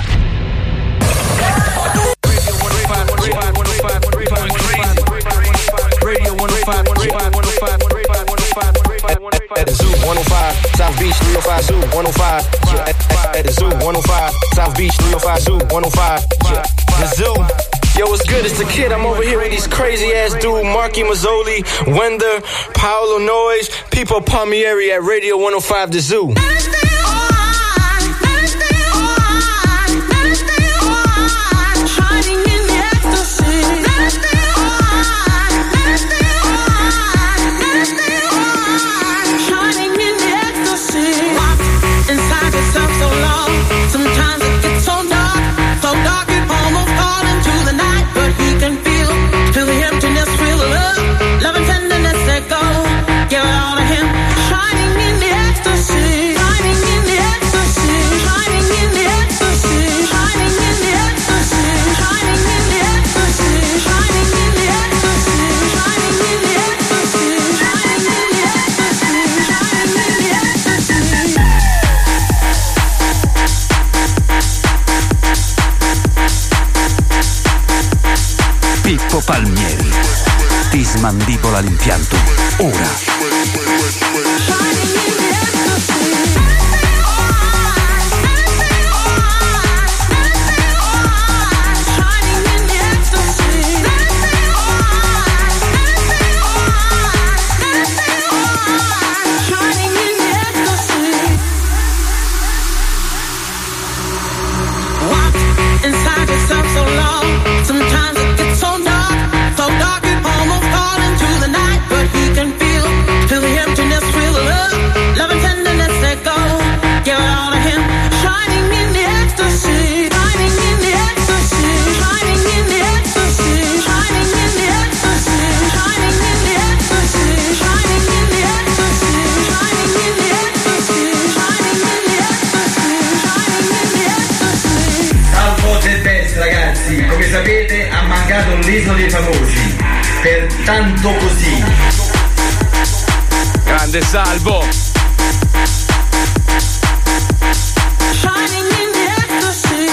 At the zoo, one oh five, South Beach, three oh five, zoo, one oh five. Yeah. At, at the zoo, one oh five, South Beach, three oh five, zoo, one oh five. Yeah. The zoo. Yo, what's good? It's the kid. I'm over here with these crazy ass dudes, Marky Mazzoli, Wender, Paolo Noyes, Pipo Palmieri at Radio one oh five, The Zoo. Palmieri ti smandibola l'impianto ora. Inside yourself so long, sometimes it gets so dark, so dark it almost falls into the night. But he can feel, feel the emptiness, feel the love, love and tenderness that go. Give it all to him, shining in the ecstasy, shining in the ecstasy, shining in the ecstasy, shining in the ecstasy, shining in the ecstasy, shining in the ecstasy, shining in the ecstasy, shining in the ecstasy, shining in the ecstasy. Salvo The Best, ragazzi, come sapete ha mancato l'isola dei famosi per tanto così. Grande Salvo. Shining in the ecstasy.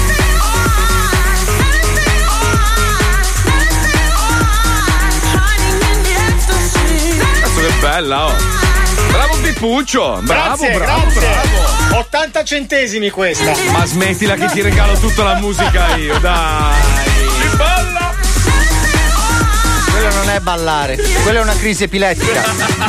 Shining in the ecstasy. Cazzo che bella, oh. Bravo Pippuccio, bravo, Grazie, bravo, grazie. bravo. ottanta centesimi questa. Ma smettila che ti regalo tutta la musica io, dai. Balla! Quello non è ballare, quella è una crisi epilettica.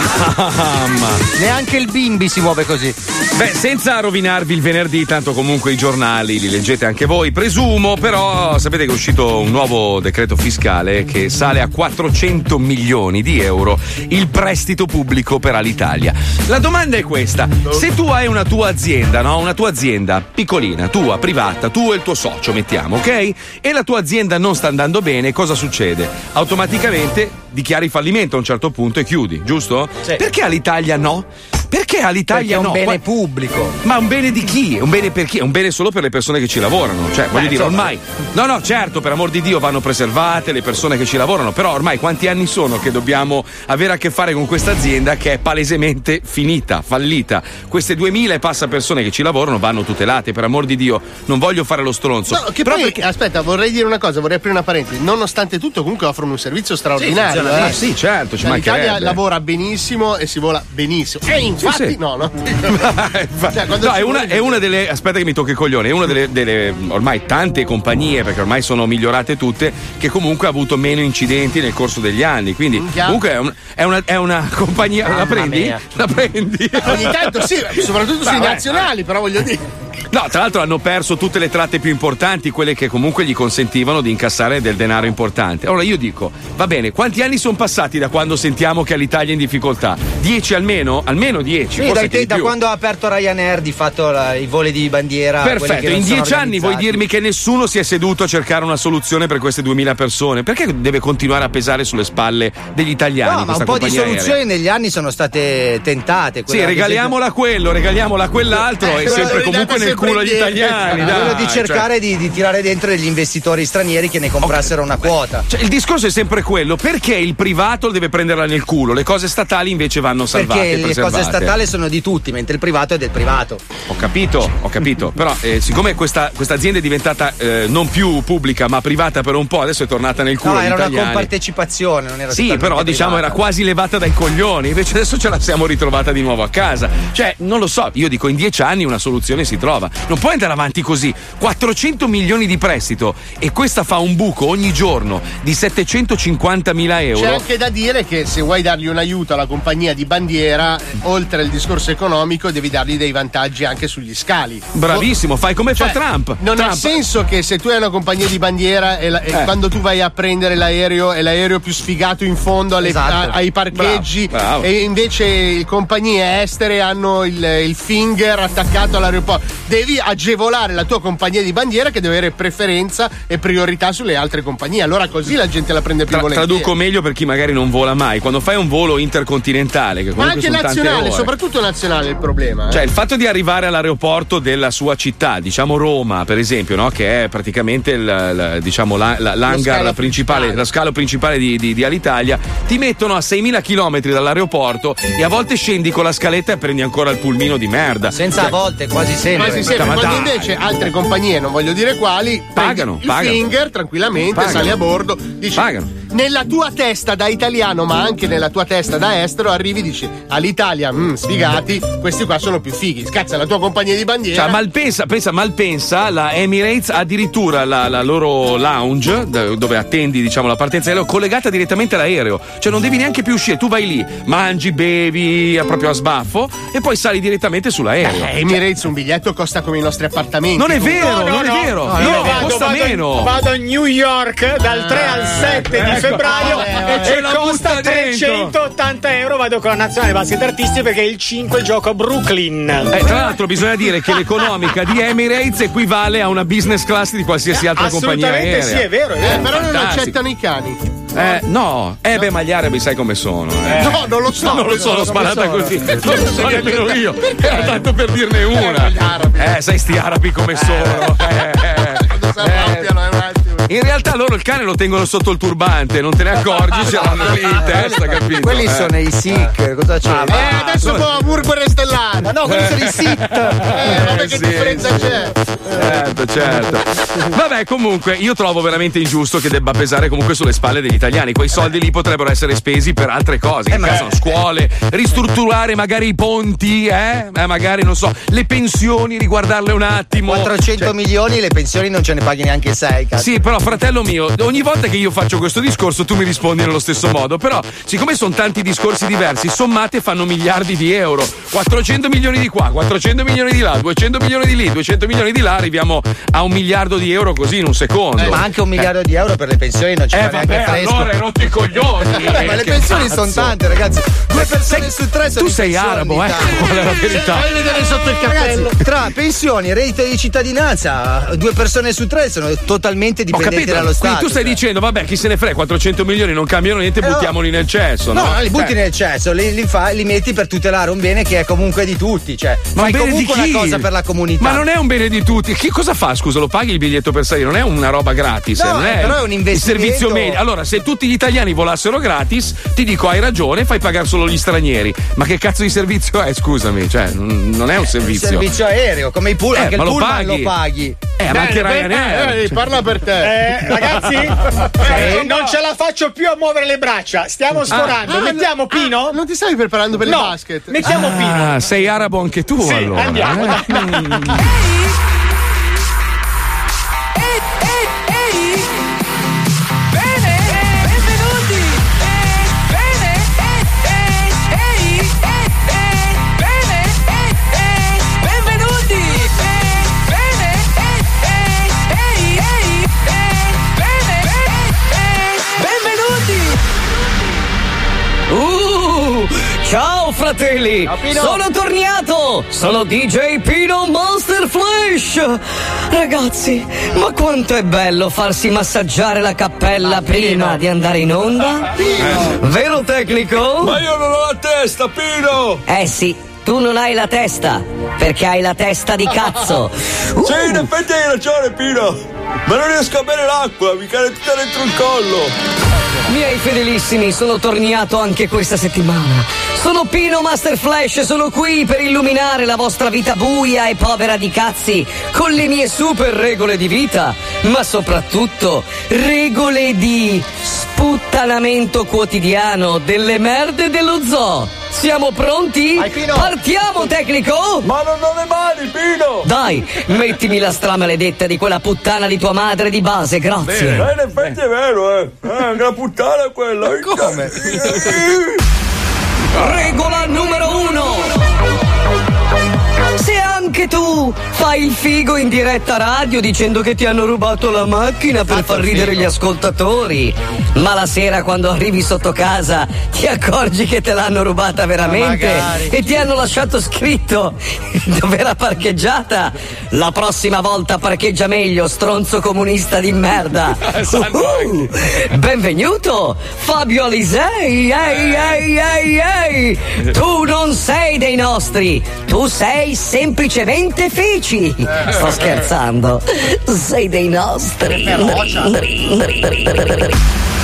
Mamma. Neanche il bimbi si muove così. Beh, senza rovinarvi il venerdì, tanto comunque i giornali li leggete anche voi, presumo, però sapete che è uscito un nuovo decreto fiscale che sale a quattrocento milioni di euro il prestito pubblico per Alitalia. La domanda è questa: se tu hai una tua azienda, no? Una tua azienda piccolina, tua, privata, tu e il tuo socio, mettiamo, ok? E la tua azienda non sta andando bene, cosa succede? Automaticamente dichiari fallimento a un certo punto e chiudi, giusto? Sì. Perché Alitalia no? Perché Alitalia Perché è un no? bene Qua- pubblico. Ma un bene di chi? Un bene per chi? È un bene solo per le persone che ci lavorano. Cioè, voglio Beh, dire, insomma. ormai. No, no, certo, per amor di Dio vanno preservate le persone che ci lavorano. Però ormai quanti anni sono che dobbiamo avere a che fare con questa azienda che è palesemente finita, fallita? Queste duemila e passa persone che ci lavorano vanno tutelate, per amor di Dio. Non voglio fare lo stronzo. No, che Però poi, perché- aspetta, vorrei dire una cosa, vorrei aprire una parentesi. Nonostante tutto, comunque offrono un servizio straordinario. funziona eh. bene. Sì, certo, ci Cioè, l'Italia mancherebbe. lavora benissimo e si vola benissimo. E infatti, sì. no, no. Cioè, quando No, ci è una, vuole- è una delle. Aspetta che mi tocchi il coglione. È una delle, delle ormai tante compagnie, perché ormai sono migliorate tutte, che comunque ha avuto meno incidenti nel corso degli anni. Quindi, Minchia. comunque, è, un- è una, è una compagnia. Mamma la prendi? mia. La prendi? Ogni tanto sì, soprattutto sui Vabbè. nazionali, però voglio dire. No, tra l'altro hanno perso tutte le tratte più importanti, quelle che comunque gli consentivano di incassare del denaro importante. Allora io dico, va bene, quanti anni sono passati da quando sentiamo che l'Italia è in difficoltà? Dieci almeno? Almeno dieci, Sì, forse dai anche te, di da più. quando ha aperto Ryanair di fatto la- i voli di bandiera. quelli che Perfetto, non in sono dieci anni vuoi organizzati. dirmi che nessuno si è seduto a cercare una soluzione per queste duemila persone? Perché deve continuare a pesare sulle spalle degli italiani? No, ma questa un po' di compagnia soluzioni aerea? negli anni sono state tentate. Sì, quella, ad regaliamola a quello, regaliamola a quell'altro Eh, e sempre ridate comunque nel sempre culo agli indietro. italiani. esempio, dai, quello di cercare cioè- di, di tirare dentro degli investitori stranieri che ne comprassero una quota. Cioè, il discorso è sempre quello: perché il privato deve prenderla nel culo? Le cose statali invece vanno salvate. Perché e le preservate. cose statali sono di tutti, mentre il privato è del privato. Ho capito, ho capito. Però, eh, siccome questa, questa azienda è diventata eh, non più pubblica ma privata per un po', adesso è tornata nel culo No, agli era una italiani. compartecipazione, non era Sì, totalmente però diciamo privata. era quasi levata dai coglioni, invece adesso ce la siamo ritrovata di nuovo a casa. Cioè, non lo so, io dico in dieci anni una soluzione si trova. Non puoi andare avanti così. quattrocento milioni di prestito e questa fa un buco ogni giorno di settecentocinquantamila euro. C'è anche da dire che se vuoi dargli un aiuto alla compagnia di bandiera, oltre al discorso economico, devi dargli dei vantaggi anche sugli scali. Bravissimo, fai come Cioè, fa Trump. Non Trump. ha senso che se tu hai una compagnia di bandiera e, la- e Eh. quando tu vai a prendere l'aereo è l'aereo più sfigato in fondo alle- Esatto. a- ai parcheggi, Bravo, bravo. e invece compagnie estere hanno il, il finger attaccato all'aeroporto. Devi agevolare la tua compagnia di bandiera che deve avere preferenza e priorità sulle altre compagnie. Allora così la gente la prende più Tra- volentieri. traduco meglio per chi magari non vola mai. Quando fai un volo intercontinentale, che Ma comunque anche sono tante nazionale, ore. soprattutto nazionale è il problema. eh. Cioè, il fatto di arrivare all'aeroporto della sua città, diciamo Roma, per esempio, no? Che è praticamente il, il- diciamo, la- la- l'hangar scalo principale, principale. lo scalo principale di, di- di Alitalia, ti mettono a seimila chilometri dall'aeroporto e a volte scendi con la scaletta e prendi ancora il pulmino di merda. Senza Cioè, a volte, quasi sempre. Quasi messi insieme. Ma Quando dai. invece altre compagnie, non voglio dire quali, Pagano, prendi il pagano. finger tranquillamente, Pagano. sali a bordo, dici Pagano. nella tua testa da italiano, ma anche nella tua testa da estero, arrivi e dici all'Italia, mm, sfigati, questi qua sono più fighi. Scazza la tua compagnia di bandiera. Cioè, Malpensa, pensa, Malpensa, la Emirates ha addirittura la, la loro lounge d- dove attendi, diciamo, la partenza aereo collegata direttamente all'aereo. Cioè, non devi neanche più uscire, tu vai lì, mangi, bevi a- proprio a sbaffo e poi sali direttamente sull'aereo. Eh, Emirates un biglietto costa come i nostri appartamenti. Non è vero, No, no, non no. è vero. No, No, io no, vado, costa vado, meno. vado a New York dal tre al sette di ecco. febbraio Vabbè, e ce la costa butta dentro. trecentottanta euro. Vado con la nazionale basket artisti perché il cinque gioco a Brooklyn. Eh, tra l'altro bisogna dire che l'economica di Emirates equivale a una business class di qualsiasi altra compagnia aerea. Assolutamente sì, è vero, è vero. Eh, però non Fantastico. accettano i cani. Eh, no, eh beh, ma gli arabi sai come sono. Eh. No, non lo so. Non lo so, l'ho sparata così. Non lo so nemmeno io. Era tanto per dirne una. Eh, sai sti arabi come sono. Eh, eh. In realtà loro il cane lo tengono sotto il turbante, non te ne accorgi, ce l'hanno lì in testa, capito? Quelli Eh. sono i Sikh, cosa c'è? Eh, adesso può hamburger e stellare. Ma no, quelli sono i Sikh. Eh, vabbè, che sì, differenza sì. c'è? Certo, certo. Vabbè, comunque, io trovo veramente ingiusto che debba pesare comunque sulle spalle degli italiani. Quei soldi lì potrebbero essere spesi per altre cose. Che cazzo, scuole, ristrutturare magari i ponti, eh? Eh, magari, non so, le pensioni, riguardarle un attimo. quattrocento Cioè, milioni, le pensioni non ce ne paghi neanche sei, cazzo. sì, però fratello mio, ogni volta che io faccio questo discorso tu mi rispondi nello stesso modo. Però, siccome sono tanti discorsi diversi, sommate fanno miliardi di euro. quattrocento milioni di qua, quattrocento milioni di là, duecento milioni di lì, duecento milioni di là, arriviamo a un miliardo di euro così in un secondo. Eh, ma anche un miliardo di euro per le pensioni non ci Eh, fa neanche vabbè, fresco. allora hai rotto i coglioni. Eh, ma le Che pensioni cazzo? sono tante, ragazzi. Due persone su tre sono Tu in sei pensione arabo, in eh? Italia. Qual è la verità? Fai vedere sotto il cappello. Ragazzi, tra pensioni e reddito di cittadinanza, due persone su tre sono totalmente Ho dipendenti capito, dallo quindi Stato. tu stai cioè. dicendo, vabbè, chi se ne frega, quattrocento milioni non cambiano niente, Eh, no. buttiamoli nel cesso, no? No, no, li butti Eh. nel cesso, li, li, fa- li metti per tutelare un bene che è comunque di tutti. Cioè, Ma fai un bene di comunque chi? una cosa per la comunità. Ma non è un bene di tutti. Chi cosa fa? Scusa, lo paghi il biglietto per salire? Non è una roba gratis. No, non eh, è però è un investimento. Il servizio medio. Allora, se tutti gli italiani volassero gratis, ti dico, hai ragione, fai pagare solo gli stranieri. Ma che cazzo di servizio è? Scusami, cioè, non non è un Il servizio. servizio aereo, come i pull, Eh, anche il ma lo pullman paghi. lo paghi. Eh, ma anche Bene, Ryanair. eh, eh, parla per te. Eh, ragazzi, eh, non ce la faccio più a muovere le braccia. Stiamo sforando. Ah, Mettiamo no, Pino? ah, non ti stavi preparando per No, il basket? mettiamo Pino. Ah, sei arabo anche tu, Sì, allora. andiamo, eh? dai, dai. Mm. Uh, ciao fratelli! Pino. Sono tornato! Sono D J Pino Monster Flash! Ragazzi, ma quanto è bello farsi massaggiare la cappella prima di andare in onda? Vero tecnico? Ma io non ho la testa, Pino! Eh sì, tu non hai la testa, perché hai la testa di cazzo. Uh, Sì, in effetti hai ragione, Pino! Ma non riesco a bere l'acqua, mi cade tutta dentro il collo! Miei fedelissimi, sono tornato anche questa settimana. Sono Pino Master Flash, sono qui per illuminare la vostra vita buia e povera di cazzi con le mie super regole di vita, ma soprattutto regole di sputtanamento quotidiano delle merde dello zoo. Siamo pronti? Vai, Pino. Partiamo, tecnico! Ma non ho le mani, Pino! Dai, mettimi la stramaledetta di quella puttana di tua madre di base, grazie. Eh, in effetti è vero, eh! È una puttana quella! Come? Regola numero uno. Se anche tu fai il figo in diretta radio dicendo che ti hanno rubato la macchina per far ridere gli ascoltatori, ma la sera quando arrivi sotto casa ti accorgi che te l'hanno rubata veramente Magari. e ti hanno lasciato scritto dove era parcheggiata, la prossima volta parcheggia meglio, stronzo comunista di merda. Uh, benvenuto Fabio Alisei. Ehi, ehi, ehi, ehi. Tu non sei dei nostri, tu sei semplicemente Fici. Sto scherzando, sei dei nostri.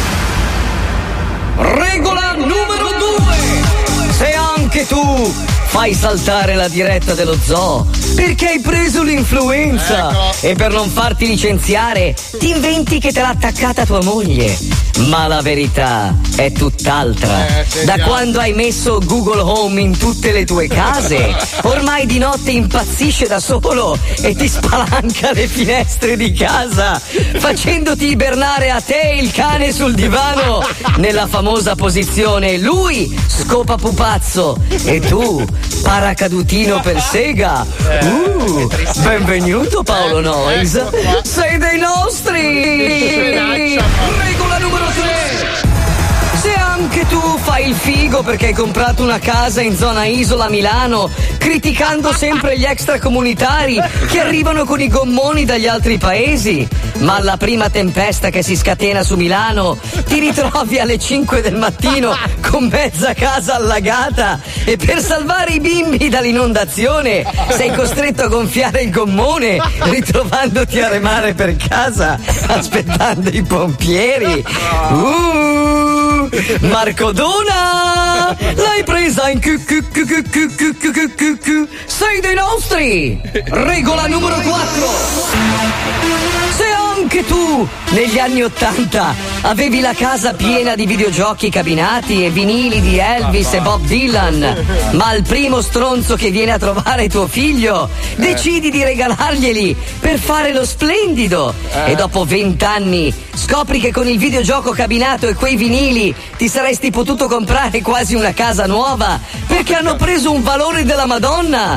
Regola numero due. Se anche tu fai saltare la diretta dello zoo perché hai preso l'influenza Ecco. e per non farti licenziare ti inventi che te l'ha attaccata tua moglie. Ma la verità è tutt'altra. Eh, Da sentiamo. quando hai messo Google Home in tutte le tue case, ormai di notte impazzisce da solo e ti spalanca le finestre di casa, facendoti ibernare a te e il cane sul divano nella famosa posizione lui scopa pupazzo e tu paracadutino per sega. Uh, benvenuto Paolo Noyes, sei dei nostri. Regola numero tre. Se anche tu fai il figo perché hai comprato una casa in zona Isola Milano, criticando sempre gli extracomunitari che arrivano con i gommoni dagli altri paesi, ma alla prima tempesta che si scatena su Milano ti ritrovi alle cinque del mattino con mezza casa allagata e per salvare i bimbi dall'inondazione sei costretto a gonfiare il gommone ritrovandoti a remare per casa aspettando i pompieri. Uh, Marco Dona, l'hai presa in cu cu cu cu cu cu cu cu cu cu. Sei dei nostri. Regola numero quattro. Se anche tu negli anni ottanta avevi la casa piena di videogiochi cabinati e vinili di Elvis e Bob Dylan, ma al primo stronzo che viene a trovare tuo figlio decidi di regalarglieli per fare lo splendido e dopo vent'anni scopri che con il videogioco cabinato e quei vinili ti saresti potuto comprare quasi una casa nuova perché hanno preso un valore della Madonna.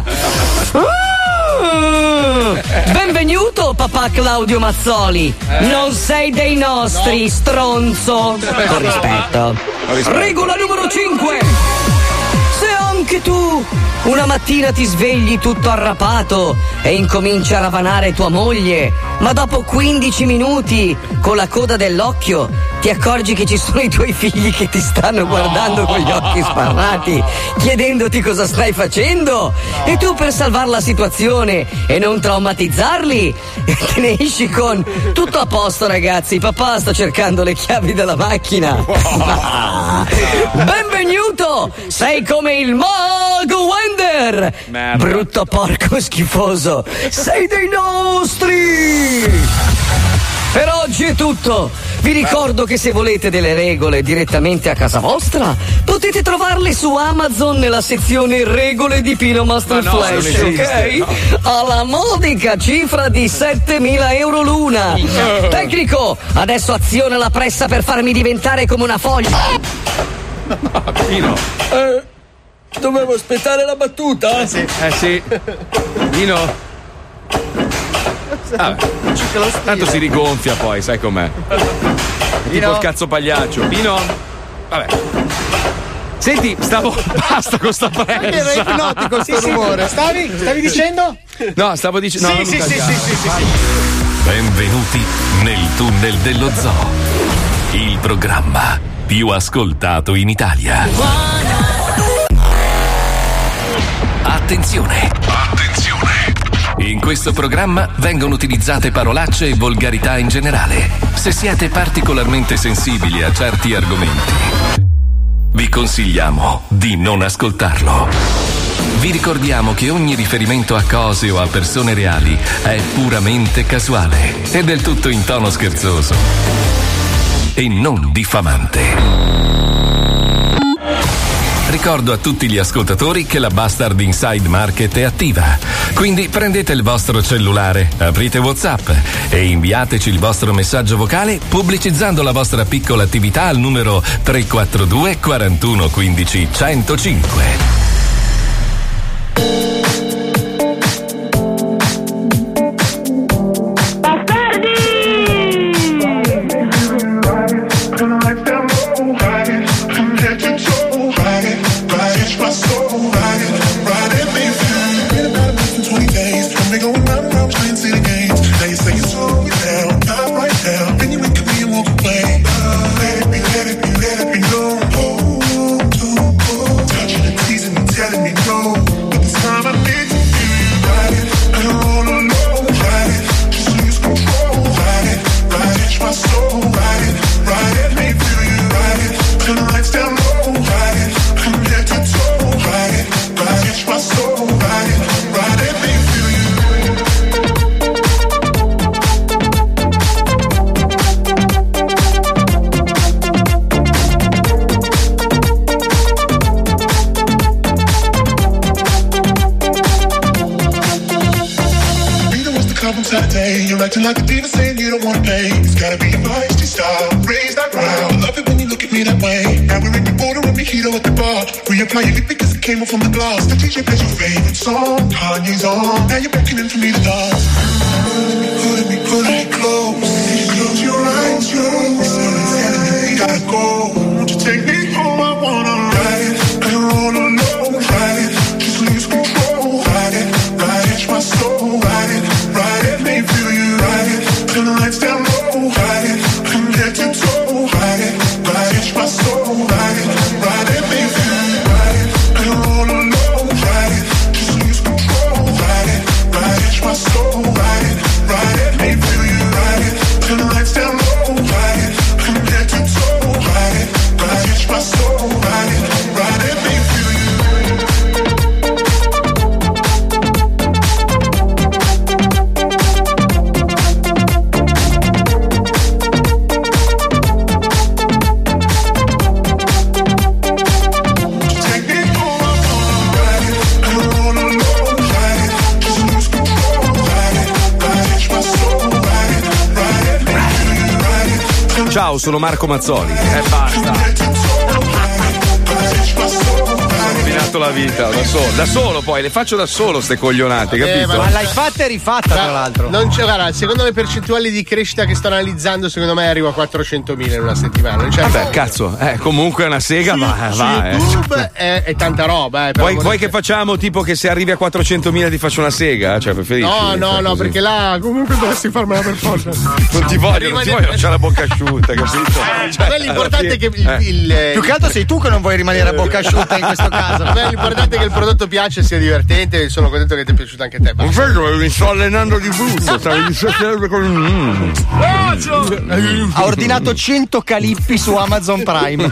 Benvenuto papà Claudio Mazzoli, non sei dei nostri, stronzo. Con rispetto. Regola numero cinque. Se anche tu una mattina ti svegli tutto arrapato e incominci a ravanare tua moglie, ma dopo quindici minuti con la coda dell'occhio ti accorgi che ci sono i tuoi figli che ti stanno guardando con gli occhi sbarrati chiedendoti cosa stai facendo e tu per salvare la situazione e non traumatizzarli te ne esci con tutto a posto ragazzi, papà sta cercando le chiavi della macchina. Benvenuto, sei come il mago Wender. Merda. Brutto porco schifoso, sei dei nostri. Per oggi è tutto. Vi ricordo che se volete delle regole direttamente a casa vostra, potete trovarle su Amazon nella sezione regole di Pino Master Ma no, Flash, non esiste, ok? Alla modica cifra di settemila euro l'una. Tecnico, adesso aziona la pressa per farmi diventare come una foglia. Pino. Eh, dovevo aspettare la battuta? Eh sì. Eh sì. Pino. Ah, tanto si rigonfia poi, sai com'è. È tipo il cazzo pagliaccio. Pino. Vabbè. Senti, stavo. Basta con sta pressa. Era ipnotico sto rumore. Stavi? Stavi dicendo? No, stavo dicendo. Sì, no, sì, non sì, tagliare. sì, sì, sì, sì. Benvenuti nel tunnel dello zoo, il programma più ascoltato in Italia. Attenzione! Attenzione! In questo programma vengono utilizzate parolacce e volgarità in generale. Se siete particolarmente sensibili a certi argomenti, vi consigliamo di non ascoltarlo. Vi ricordiamo che ogni riferimento a cose o a persone reali è puramente casuale e del tutto in tono scherzoso e non diffamante. Ricordo a tutti gli ascoltatori che la Bastard Inside Market è attiva, quindi prendete il vostro cellulare, aprite WhatsApp e inviateci il vostro messaggio vocale pubblicizzando la vostra piccola attività al numero tre quattro due quarantuno quindici centocinque. Teasing come Saturday. You're acting like a diva saying you don't wanna pay. It's gotta be your feisty style. Raise that ground. I love it when you look at me that way. Now we're in the border with mojito at the bar. Reapply your lip because it came off from the glass. The D J plays your favorite song. Kanye's on. Now you're beckoning for me to dance. Put me, put me close. Close your eyes, your eyes. We gotta go. Won't you take me home? I wanna ride it. I don't wanna know. Ride it. Just lose control. Ride it. Ride it. My soul. Ride it. Ride it. Make me feel you. Ride it. Turn the lights down low. Ride it. From head to toe. Ride it. Ride it. My soul. Ride it. Ride it. Make me feel you. Ride it. I don't wanna know. Ride it. Just lose control. Ride it. Ride it. My soul. Ride it. Ride it. Make me feel you. Ride it. Turn the lights down low. Ride it. From head to toe. Ride it. Ride it. My soul. Ride it. Ride it. Make me feel you. Ciao, sono Marco Mazzoli. E eh, basta. Ho la vita da solo, da solo poi le faccio da solo ste coglionate, capito? Eh, ma, ma l'hai fatta e rifatta, tra l'altro. Non c'è, guarda, secondo le percentuali di crescita che sto analizzando, secondo me arrivo a quattrocentomila in una settimana. Non c'è Vabbè, modo. cazzo, eh, comunque è una sega, Su, ma su va, YouTube eh. è, è tanta roba, eh. Vuoi, vuoi che facciamo tipo che se arrivi a quattrocentomila ti faccio una sega? Cioè, preferisci? No, no, cioè, no, così. perché là comunque dovresti farmela per forza. Non ti voglio, non ti voglio lasciare la bocca asciutta, capito? Cioè, beh, l'importante è che il, eh. il, Più che altro sei tu che non vuoi rimanere a bocca asciutta in questo caso. Beh, l'importante è che il prodotto piace, sia divertente, e sono contento che ti è piaciuto anche a te. Non vedo, mi sto allenando di brutto, stavi diciotto con Ha ordinato cento calippi su Amazon Prime.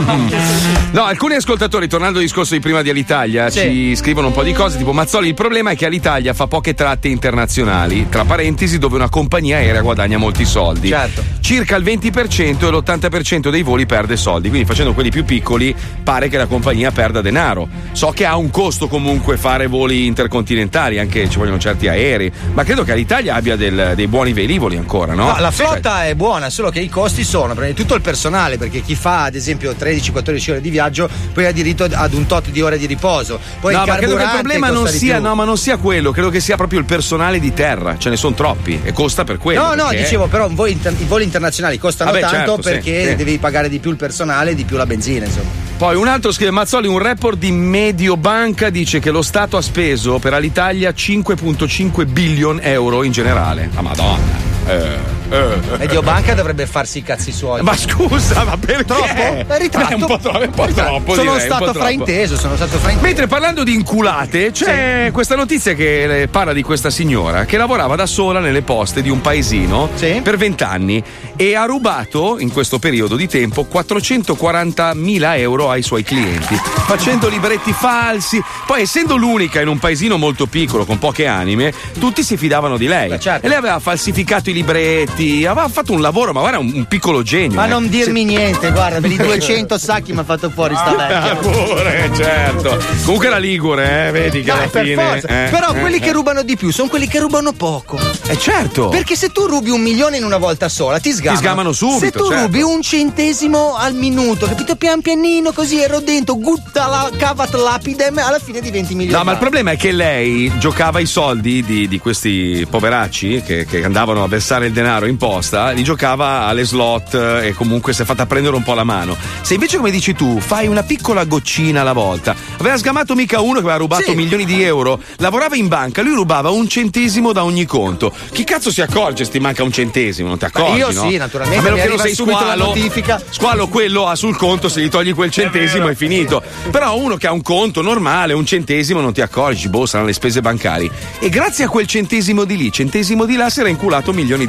No, alcuni ascoltatori, tornando al discorso di prima di Alitalia, Sì. ci scrivono un po' di cose, tipo Mazzoli, il problema è che Alitalia fa poche tratte internazionali, tra parentesi dove una compagnia aerea guadagna molti soldi. Certo. Circa il venti per cento e l'ottanta per cento dei voli perde soldi, quindi facendo quelli più piccoli pare che la compagnia perda denaro. So che ha un costo comunque fare voli intercontinentali, anche ci vogliono certi aerei, ma credo che l'Italia abbia del- dei buoni velivoli ancora, no? No, la flotta è buona, solo che i costi sono prima di tutto il personale, perché chi fa ad esempio tredici quattordici ore di viaggio poi ha diritto ad un tot di ore di riposo. Poi no, il ma credo che il carburante problema non costa di sia, più. no, ma non sia quello, credo che sia proprio il personale di terra, ce ne sono troppi e costa per quello. No, no, perché- dicevo però un volo inter- i voli internazionali costano Vabbè, tanto certo, sì, perché sì. devi pagare di più il personale e di più la benzina, insomma. Poi un altro scrive Mazzoli, un report di Mediobanca dice che lo Stato ha speso per Alitalia cinque virgola cinque billion euro in generale. La Madonna. Eh, eh, Mediobanca dovrebbe farsi i cazzi suoi. Ma scusa, ma perché? Troppo? È ritratto. È un po' troppo, è un po' troppo, Sono direi, un po' stato troppo. frainteso, sono stato frainteso. Mentre parlando di inculate, c'è questa notizia che eh, parla di questa signora che lavorava da sola nelle poste di un paesino per vent'anni e ha rubato in questo periodo di tempo quattrocentoquarantamila euro ai suoi clienti, facendo libretti falsi. Poi, essendo l'unica in un paesino molto piccolo con poche anime, tutti si fidavano di lei. certo. E lei aveva falsificato i libretti, aveva fatto un lavoro, ma guarda, un, un piccolo genio. Ma eh. non dirmi Se- niente, guarda, per i duecento sacchi mi ha fatto fuori sta Ah, vecchia. pure, certo. Comunque la Ligure, eh, vedi che Dai, alla per fine. forza. eh, Però eh, quelli eh. che rubano di più sono quelli che rubano poco. Eh certo. Perché se tu rubi un milione in una volta sola, ti sgamano. Ti sgamano subito, Se tu certo. rubi un centesimo al minuto, capito? Pian pianino, così erodento, gutta la cavat lapidem, alla fine diventi milione. No, ma il problema è che lei giocava i soldi di, di questi poveracci che, che andavano a versare il denaro in posta, li giocava alle slot e comunque si è fatta prendere un po' la mano. Se invece, come dici tu, fai una piccola goccina alla volta, aveva sgamato mica uno che aveva rubato Sì. milioni di euro, lavorava in banca, lui rubava un centesimo da ogni conto. Chi cazzo si accorge se ti manca un centesimo? Non ti accorgi? io no? sì, naturalmente, A meno mi che non arriva sei subito la squalo. notifica. Squalo quello ha sul conto, se gli togli quel centesimo è, finito. Però uno che ha un conto normale, un centesimo, non ti accorgi, boh, saranno le spese bancarie. E grazie a quel centesimo di lì, centesimo di là, si era inculato milioni di euro.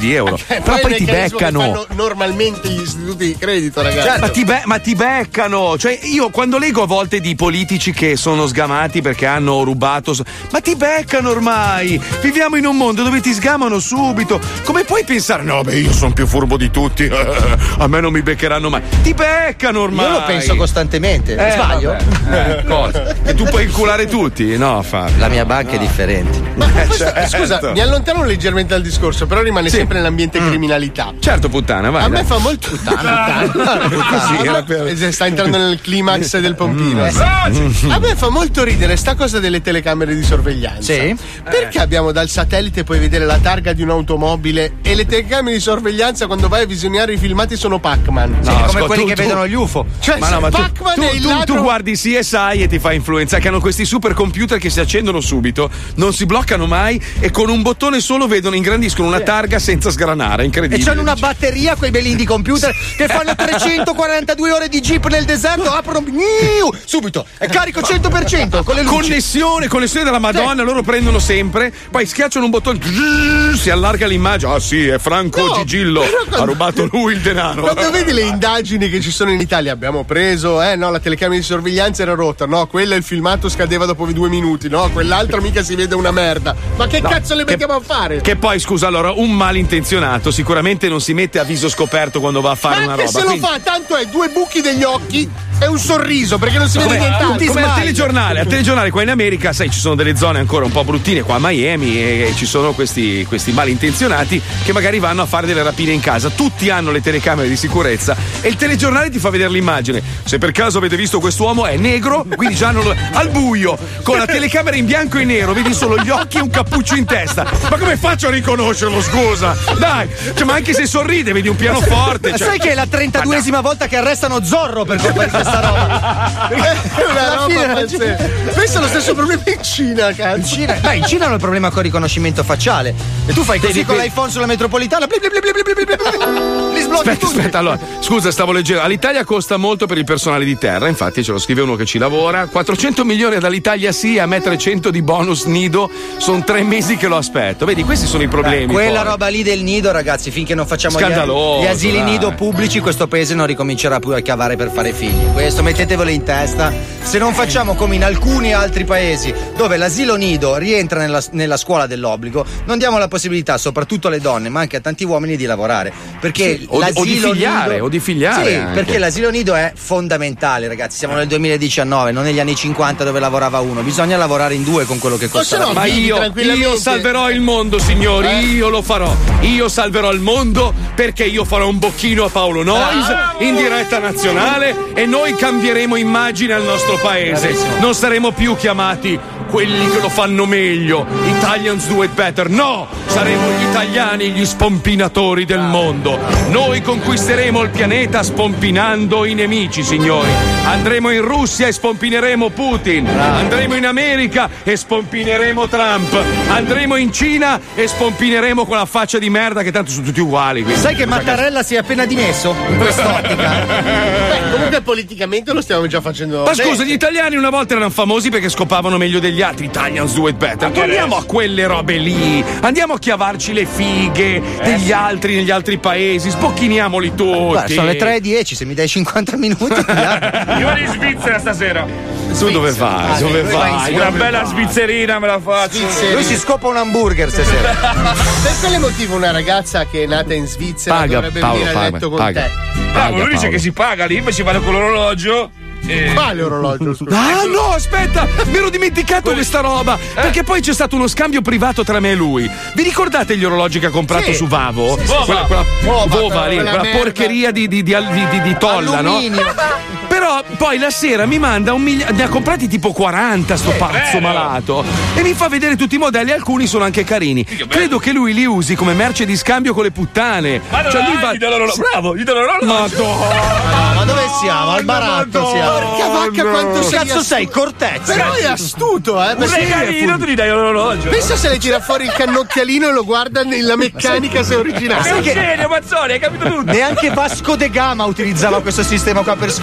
però poi ti beccano. Fanno normalmente gli istituti di credito, ragazzi. Ma ti, be- ma ti beccano. Cioè, io quando leggo a volte di politici che sono sgamati perché hanno rubato, ma ti beccano ormai. Viviamo in un mondo dove ti sgamano subito. Come puoi pensare? No, beh, io sono più furbo di tutti. A me non mi beccheranno mai. Ti beccano ormai. Io lo penso costantemente. Eh, Sbaglio? Eh, cosa? E tu puoi inculare tutti? No, Fabio. La mia banca no. è differente. Ma questo, certo. Scusa, mi allontano leggermente dal discorso, però rimane Sì. sempre nell'ambiente Mm. criminalità. Certo, puttana, vai. A dai. me fa molto puttana, puttana, puttana. Sì, era A me- sta entrando nel climax del pompino. Mm. A me fa molto ridere sta cosa delle telecamere di sorveglianza. Sì? Perché abbiamo dal satellite puoi vedere la targa di un'automobile e le telecamere di sorveglianza quando vai a visionare i filmati sono Pac-Man? Sì, come quelli che vedono gli U F O. Cioè, Ma no, ma tu, Pac-Man tu, è il tu- ladro. tu guardi C S I e ti fa influenza, che hanno questi supercomputer che si accendono subito, non si bloccano mai e con un bottone solo vedono, ingrandiscono una targa senza sgranare, E incredibile. c'hanno una batteria, quei belini di computer che fanno trecentoquarantadue ore di jeep nel deserto, aprono niu, subito, è carico cento per cento con le luci. Connessione, connessione della Madonna, loro prendono sempre, poi schiacciano un bottone, si allarga l'immagine. Ah sì, è Franco No, Gigillo, però quando- ha rubato lui il denaro. Quando vedi le indagini che ci sono in Italia, abbiamo preso, eh no, la telecamera di sorveglianza era rotta, no, quella il filmato scadeva dopo due minuti, no, quell'altra mica si vede una merda. Ma che No, cazzo le che- mettiamo a fare? Che poi, scusa, allora, un malintenzionato sicuramente non si mette a viso scoperto quando va a fare una Anche roba. se quindi- lo fa, tanto è due buchi degli occhi e un sorriso, perché non si vede Come, nient'altro. come al Smile. telegiornale, al telegiornale qua in America, sai, ci sono delle zone ancora un po' bruttine qua a Miami e ci sono questi, questi malintenzionati che magari vanno a fare delle rapine in casa. Tutti hanno le telecamere di sicurezza e il telegiornale ti fa vedere l'immagine. Se per caso avete visto quest'uomo è negro, quindi già non lo- al buio, con la telecamera in bianco e nero, vedi solo gli occhi e un cappuccio in testa. Ma come faccio a riconoscerlo, scusa? Dai, cioè, ma anche se sorride, vedi un pianoforte. Ma Cioè... sai che è la trentaduesima volta che arrestano Zorro per colpa di questa roba? È una Alla roba fine- pazzesca. Questo è lo stesso problema in Cina, cazzo. In Cina, beh, in Cina hanno il problema con il riconoscimento facciale. E tu fai così Devi- con l'iPhone sulla metropolitana, bli bli bli bli bli bli bli bli, li sblocchi Aspetta, tutti. aspetta, allora, scusa, stavo leggendo. All'Italia costa molto per il personale di terra, infatti ce lo scrive uno che ci lavora. quattrocento milioni dall'Italia sì, a me trecento di bonus nido, sono tre mesi che lo aspetto. Vedi, questi sono i problemi. Beh, quella poi. roba lì del nido, ragazzi, finché non facciamo gli, Scandaloso, gli asili dai. nido pubblici, questo paese non ricomincerà più a cavare per fare figli. Questo mettetevelo in testa. Se non facciamo come in alcuni altri paesi, dove l'asilo nido rientra nella, nella scuola dell'obbligo, non diamo la possibilità, soprattutto alle donne, ma anche a tanti uomini, di lavorare. Perché Sì, o di- l'asilo o di figliare, nido, o di figliare Sì, anche. perché l'asilo nido è fondamentale, ragazzi. Siamo nel duemiladiciannove, non negli anni cinquanta dove lavorava uno. Bisogna lavorare in due con quello che costa. se no, Ma vivi io, tranquillamente. io salverò il mondo, signori, Eh? io lo farò. Io salverò il mondo perché io farò un bocchino a Paolo Noyes in diretta nazionale e noi cambieremo immagine al nostro paese. Non saremo più chiamati quelli che lo fanno meglio. Italians do it better. No! Saremo gli italiani gli spompinatori del mondo. Noi conquisteremo il pianeta spompinando i nemici, signori. Andremo in Russia e spompineremo Putin. Andremo in America e spompineremo Trump. Andremo in Cina e spompineremo quella faccia di merda che tanto sono tutti uguali. quindi- Sai che Mattarella si è appena dimesso in quest'ottica? Beh, comunque politicamente lo stiamo già facendo. Ma bene. scusa, gli italiani una volta erano famosi perché scopavano meglio degli altri. Italians do it better. Torniamo a quelle robe lì. Andiamo a chiavarci le fighe degli altri negli altri paesi. Sbocchiniamoli tutti. Guarda, sono le tre e dieci, se mi dai cinquanta minuti. Io vado in Svizzera stasera. Tu dove vai? Ah, Dove lui va in vai? Una Dove bella vai? svizzerina me la faccio. Lui si scopa un hamburger stasera. Per quale motivo una ragazza che è nata in Svizzera Paga, dovrebbe Paolo, venire a paga, letto con paga. te? Bravo, lui dice Paolo. che si paga lì, invece vado con l'orologio. E... Quale orologio? Scusa? Ah no, aspetta, mi ero dimenticato questa roba. Perché poi c'è stato uno scambio privato tra me e lui. Vi ricordate gli orologi che ha comprato Sì. su Vavo? Sì, sì, sì. Quella, quella Vova, Vova lì, quella quella merda. porcheria di, di, di, di, di- di tolla, Alluminio. no? Però poi la sera mi manda un migliaio, ne ha comprati tipo quaranta sto pazzo bello. malato e mi fa vedere tutti i modelli, alcuni sono anche carini. bello. Credo che lui li usi come merce di scambio con le puttane. Ma non Cioè, lui è, va- gli do l'orologio. Bravo, gli do l'orologio. Madonna. Ma dove siamo? Al baratto siamo. Porca vacca, quanto sei Cazzo sei, astuto. cortezza. Però è astuto, eh? Un perché- regalino, tu gli dai l'orologio. Pensa se le tira fuori il cannocchialino e lo guarda nella meccanica se è Sei originale. un genio, Mazzoni, hai capito tutto. Neanche Vasco de Gama utilizzava questo sistema qua per scopare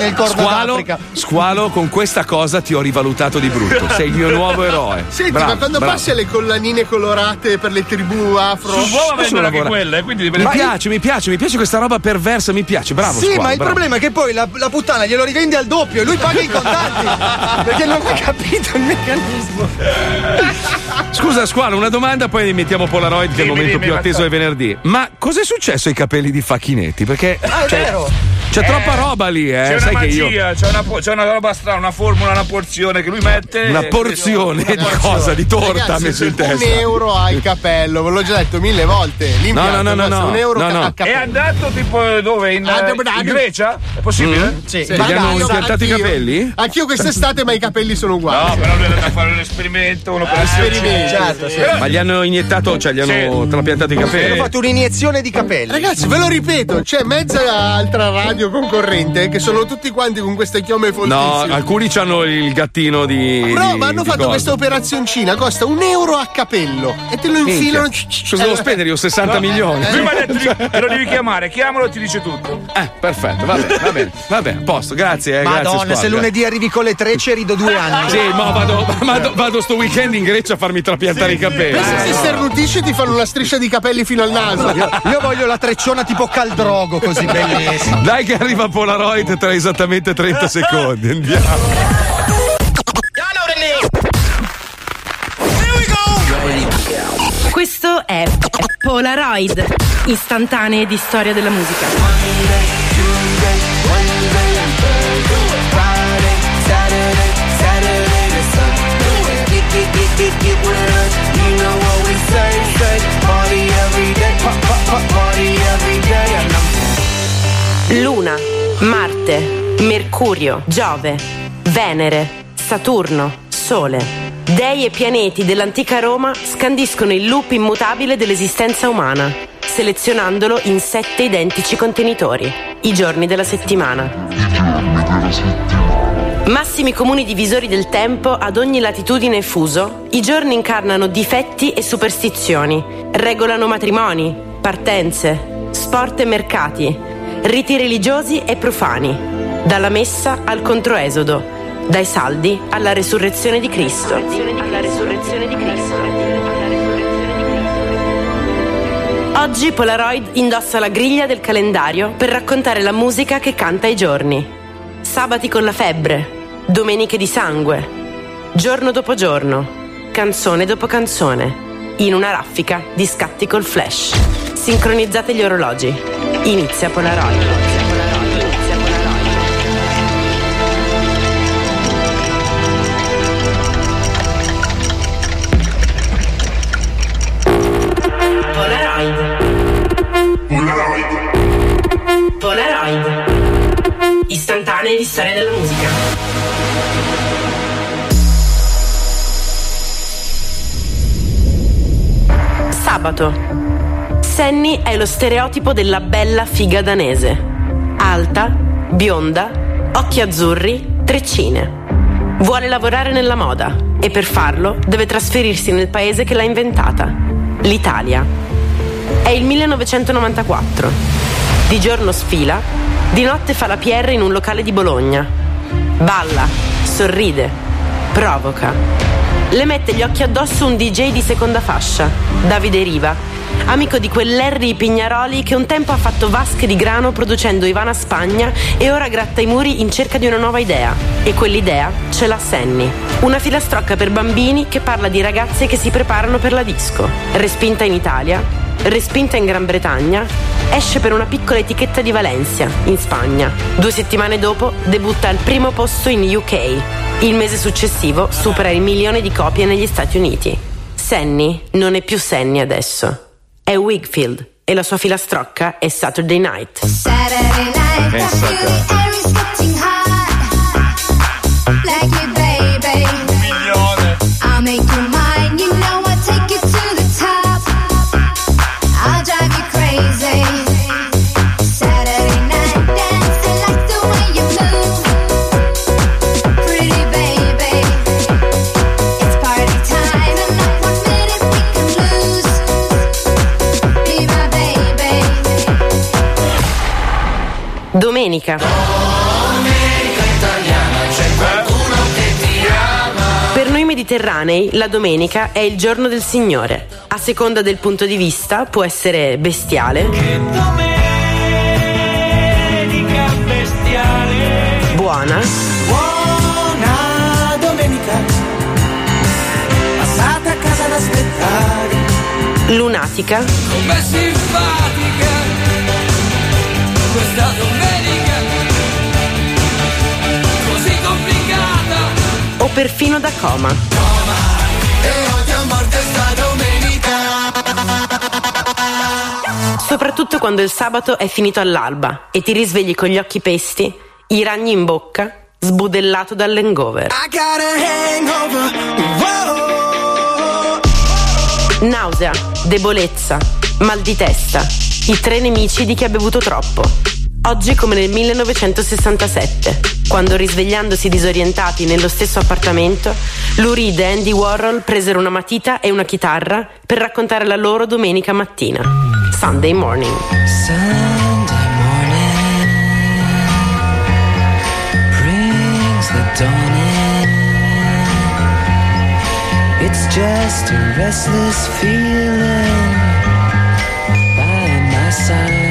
nel corno Squalo, d'Africa. Squalo, con questa cosa ti ho rivalutato di brutto. Sei il mio nuovo eroe. Senti, bravo, ma quando bravo. passi alle collanine colorate per le tribù afro, Sul uovo vendono anche lavora. quelle, quindi Mi piace, mi piace, mi piace questa roba perversa, mi piace, bravo. Sì, Squalo, ma il bravo. problema è che poi la, la puttana glielo rivende al doppio e lui paga i contanti. Perché non ha capito il meccanismo. Scusa, Squalo, una domanda, poi mettiamo Polaroid, che è il Dimmi, momento dimmi, più atteso ma- è venerdì. Ma cos'è successo ai capelli di Facchinetti? Perché Ah, è cioè, vero. c'è Eh, troppa roba lì, eh. C'è Sai una che io. magia, c'è, una, po- c'è una roba strana, una formula, una porzione che lui mette. Una e- porzione di cosa? Di torta ha Ragazzi, messo in un testa. euro al capello, ve l'ho già detto mille volte. L'impianto, No, no, no, no, no. un euro No, ca- no. a È capello. andato tipo dove? In, Ah, eh, dove- in Grecia? È possibile? Mm? Sì. Gli hanno impiantato i anch'io. capelli? Anch'io quest'estate, ma i capelli sono uguali. No, però lui è andato a fare un esperimento, un'operazione. Esperimento, certo, sì. Però- Ma gli hanno iniettato, cioè gli hanno trapiantato i Hanno capelli? fatto un'iniezione di capelli. Ragazzi, ve lo ripeto, c'è mezza altra radio concorrente che sono tutti quanti con queste chiome No, foltissime. alcuni hanno il gattino di. Bro, di- ma hanno di fatto cosa. questa operazioncina, costa un euro a capello e te lo infilano. Cosa devo spendere io? sessanta milioni? Lui mi ha detto di- che lo devi chiamare, chiamalo e ti dice tutto. Eh, perfetto, va bene, va bene, va bene, a posto, grazie. Eh, Madonna, grazie, Squalo, se lunedì arrivi con le trecce rido due anni. Sì, ma vado, vado, vado sto weekend in Grecia a farmi trapiantare i capelli. Pensa se starnutisci e ti fanno una striscia di capelli fino al naso. Io, io voglio la trecciona tipo Caldrogo, così bellissima. Dai che arriva Polaroid tra esattamente trenta secondi. Andiamo. Questo è Polaroid, istantanee di storia della musica. Luna, Marte, Mercurio, Giove, Venere, Saturno, Sole. Dei e pianeti dell'antica Roma scandiscono il loop immutabile dell'esistenza umana, selezionandolo in sette identici contenitori, i giorni della settimana. Massimi comuni divisori del tempo ad ogni latitudine e fuso, i giorni incarnano difetti e superstizioni, regolano matrimoni, partenze, sport e mercati, riti religiosi e profani, dalla messa al controesodo, dai saldi alla resurrezione di Cristo. Alla resurrezione di Cristo. Oggi Polaroid indossa la griglia del calendario per raccontare la musica che canta i giorni. Sabati con la febbre, domeniche di sangue, giorno dopo giorno, canzone dopo canzone, in una raffica di scatti col flash. Sincronizzate gli orologi. Inizia Polaroid. Polaroid. Polaroid. Istantanee di storia della musica. Sabato. Sanny è lo stereotipo della bella figa danese. Alta, bionda, occhi azzurri, treccine. Vuole lavorare nella moda e per farlo deve trasferirsi nel paese che l'ha inventata, l'Italia. È il millenovecentonovantaquattro. Di giorno sfila, di notte fa la P R in un locale di Bologna. Balla, sorride, provoca. Le mette gli occhi addosso un D J di seconda fascia, Davide Riva, amico di quell'Harry Pignaroli che un tempo ha fatto vasche di grano producendo Ivana Spagna e ora gratta i muri in cerca di una nuova idea. E quell'idea ce l'ha Sanny. Una filastrocca per bambini che parla di ragazze che si preparano per la disco. Respinta in Italia, respinta in Gran Bretagna, esce per una piccola etichetta di Valencia, in Spagna. Due settimane dopo debutta al primo posto in U K. Il mese successivo supera il milione di copie negli Stati Uniti. Sanny non è più Sanny adesso. È Wigfield e la sua filastrocca è Saturday Night. Saturday night, Pensa a te. Harry's getting hot. Like me, baby. I'll make you mine. You know I'll take you to the top. I'll drive you crazy. Saturday night dancing like the way you move. Pretty baby. It's party time and not one minute we can lose. Be my baby. Domenica. domenica italiana c'è qualcuno che ti ama. Per noi mediterranei la domenica è il giorno del Signore. A seconda del punto di vista può essere bestiale, Che domenica bestiale. buona, Buona domenica, passate a casa ad aspettare. lunatica, Com'è simpatica questa domenica, così complicata. o perfino da coma. E odio a morte sta domenica. Soprattutto quando il sabato è finito all'alba e ti risvegli con gli occhi pesti, i ragni in bocca, sbudellato dall'hangover. I got a hangover. Whoa. Nausea, debolezza, mal di testa, i tre nemici di chi ha bevuto troppo. Oggi come nel millenovecentosessantasette, quando risvegliandosi disorientati nello stesso appartamento, Lou Reed e Andy Warhol presero una matita e una chitarra per raccontare la loro domenica mattina. Sunday morning. Sunday morning brings the dawn in. It's just a restless feeling by my side.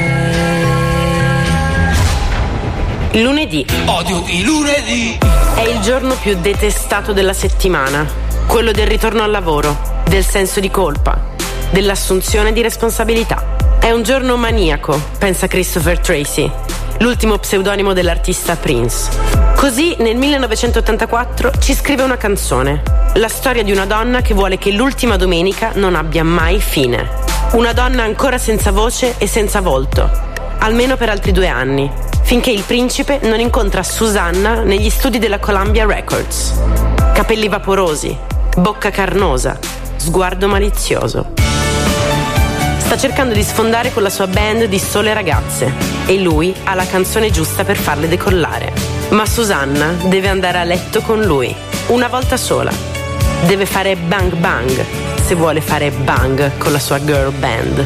Lunedì. Odio i lunedì. È il giorno più detestato della settimana, quello del ritorno al lavoro, del senso di colpa, dell'assunzione di responsabilità. È un giorno maniaco, pensa Christopher Tracy, l'ultimo pseudonimo dell'artista Prince. Così nel millenovecentottantaquattro ci scrive una canzone, la storia di una donna che vuole che l'ultima domenica non abbia mai fine. Una donna ancora senza voce e senza volto, almeno per altri due anni, finché il principe non incontra Susanna negli studi della Columbia Records. Capelli vaporosi, bocca carnosa, sguardo malizioso. Sta cercando di sfondare con la sua band di sole ragazze e lui ha la canzone giusta per farle decollare. Ma Susanna deve andare a letto con lui, una volta sola. Deve fare bang bang se vuole fare bang con la sua girl band.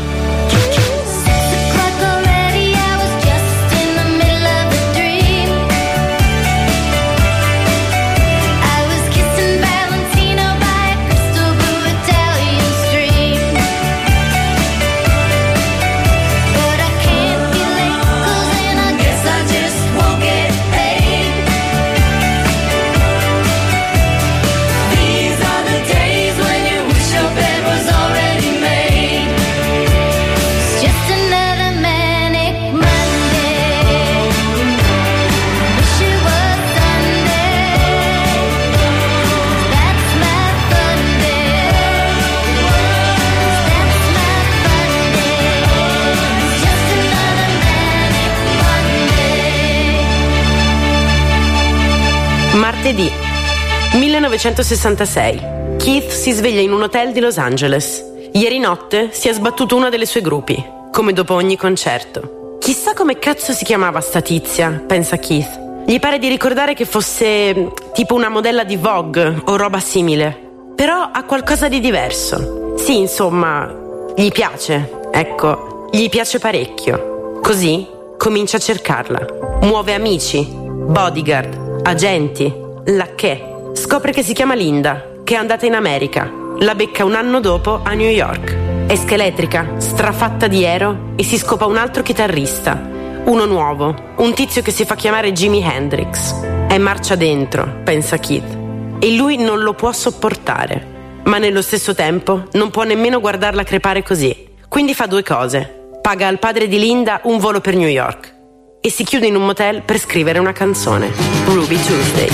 Martedì millenovecentosessantasei. Keith si sveglia in un hotel di Los Angeles. Ieri notte si è sbattuto una delle sue gruppi, come dopo ogni concerto. Chissà come cazzo si chiamava sta tizia, pensa Keith. Gli pare di ricordare che fosse tipo una modella di Vogue o roba simile. Però ha qualcosa di diverso. Sì, insomma, gli piace, ecco, gli piace parecchio. Così comincia a cercarla. Muove amici, bodyguard, agenti, lacchè. Scopre che si chiama Linda, che è andata in America. La becca un anno dopo a New York. È scheletrica, strafatta di ero e si scopa un altro chitarrista. Uno nuovo, un tizio che si fa chiamare Jimi Hendrix. È marcia dentro, pensa Keith. E lui non lo può sopportare. Ma nello stesso tempo non può nemmeno guardarla crepare così. Quindi fa due cose. Paga al padre di Linda un volo per New York e si chiude in un motel per scrivere una canzone, Ruby Tuesday.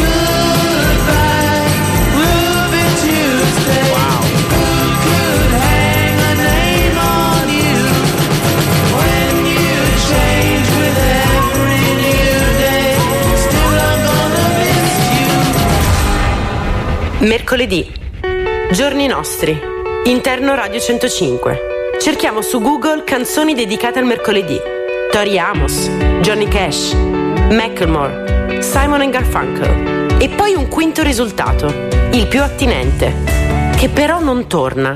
Mercoledì, giorni nostri, interno Radio centocinque. Cerchiamo su Google canzoni dedicate al mercoledì. Tori Amos, Johnny Cash, Macklemore, Simon and Garfunkel. E poi un quinto risultato, il più attinente, che però non torna.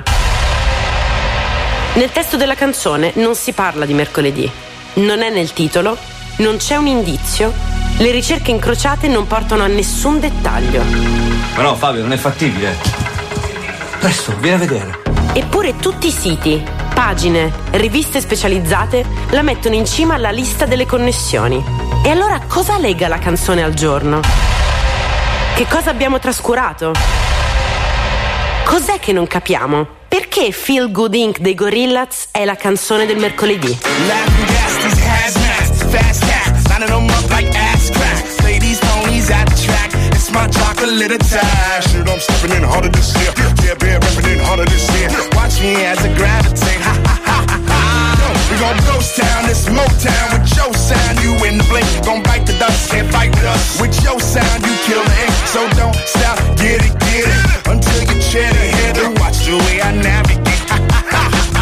Nel testo della canzone non si parla di mercoledì, non è nel titolo, non c'è un indizio Le ricerche incrociate non portano a nessun dettaglio. Ma no, Fabio, non è fattibile. Presto, vieni a vedere. Eppure tutti i siti, pagine, riviste specializzate la mettono in cima alla lista delle connessioni. E allora cosa lega la canzone al giorno? Che cosa abbiamo trascurato? Cos'è che non capiamo? Perché Feel Good Incorporated dei Gorillaz è la canzone del mercoledì? My chocolate attack. Shit, I'm stepping in harder this year. Yeah, been rapping in harder this year. Watch me as I gravitate. Ha ha ha ha ha. We gon' ghost town, this Motown with your sound. You in the blink, gon' bite the dust, can't fight with us. With your sound, you kill the ink. So don't stop, get it, get it. Until you chat ahead and watch the way I navigate. Ha ha ha ha ha.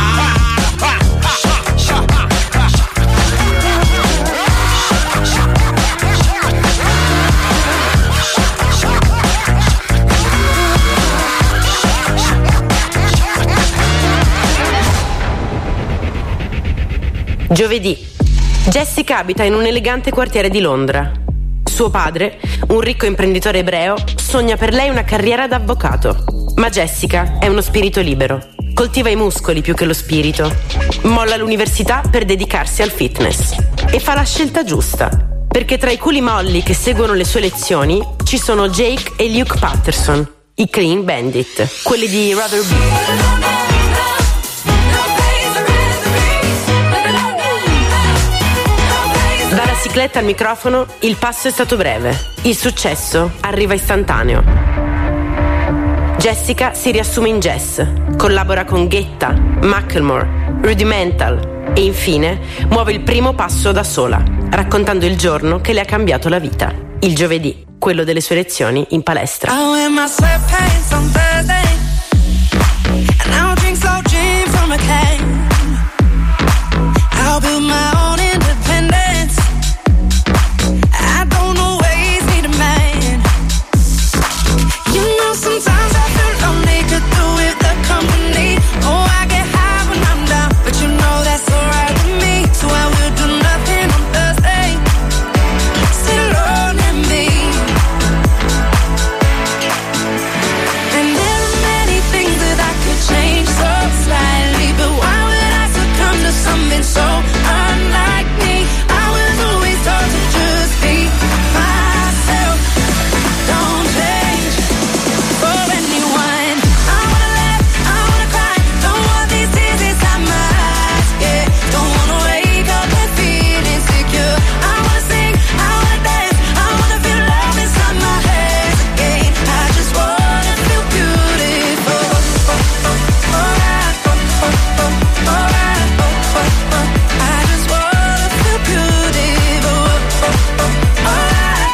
Giovedì. Jessica abita in un elegante quartiere di Londra. Suo padre, un ricco imprenditore ebreo, sogna per lei una carriera da avvocato. Ma Jessica è uno spirito libero. Coltiva i muscoli più che lo spirito. Molla l'università per dedicarsi al fitness. E fa la scelta giusta. Perché tra i culi molli che seguono le sue lezioni ci sono Jake e Luke Patterson, i Clean Bandit, quelli di Rather Be. Dalla cicletta al microfono il passo è stato breve, il successo arriva istantaneo. Jessica si riassume in jazz, collabora con Guetta, Macklemore, Rudimental e infine muove il primo passo da sola, raccontando il giorno che le ha cambiato la vita, il giovedì, quello delle sue lezioni in palestra. I'll build my own independence. I don't always need a man. You know, sometimes I feel lonely, could do with the company. Oh, I get high when I'm down, but you know that's alright with me. So I will do nothing on Thursday. Sit alone and me. And there are many things that I could change so slightly, but why would I succumb to something so unlike me? I was always told to just be myself. Don't change for anyone. I wanna laugh, I wanna cry. Don't want these tears inside my eyes, yeah. Don't wanna wake up and feel insecure. I wanna sing, I wanna dance, I wanna feel love inside my head again. I just wanna feel beautiful. Alright, alright, I just wanna feel beautiful. Alright,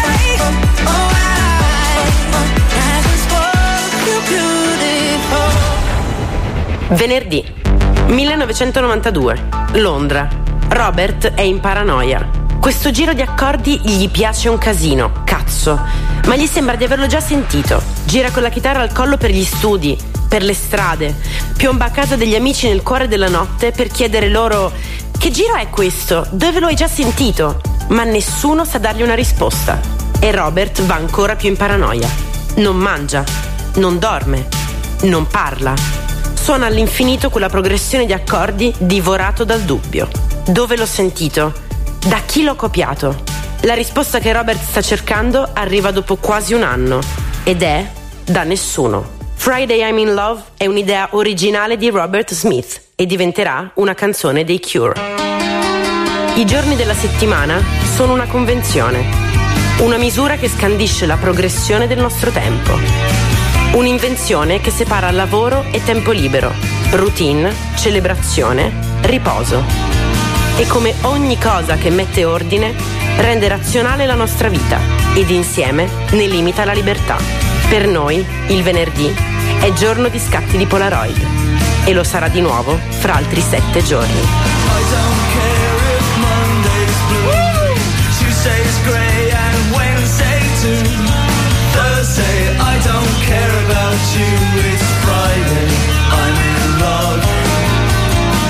alright, I just wanna feel beautiful. Venerdì, millenovecentonovantadue, Londra. Robert è in paranoia. Questo giro di accordi gli piace un casino, cazzo, ma gli sembra di averlo già sentito. Gira con la chitarra al collo per gli studi, per le strade, piomba a casa degli amici nel cuore della notte per chiedere loro: che giro è questo? Dove lo hai già sentito? Ma nessuno sa dargli una risposta. E Robert va ancora più in paranoia. Non mangia, non dorme, non parla. Suona all'infinito quella progressione di accordi divorato dal dubbio. Dove l'ho sentito? Da chi l'ho copiato? La risposta che Robert sta cercando arriva dopo quasi un anno ed è da nessuno. Friday I'm in Love è un'idea originale di Robert Smith e diventerà una canzone dei Cure. I giorni della settimana sono una convenzione, una misura che scandisce la progressione del nostro tempo. Un'invenzione che separa lavoro e tempo libero, routine, celebrazione, riposo. E come ogni cosa che mette ordine, rende razionale la nostra vita ed insieme ne limita la libertà. Per noi, il venerdì è giorno di scatti di Polaroid e lo sarà di nuovo fra altri sette giorni.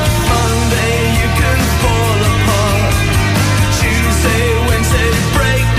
Break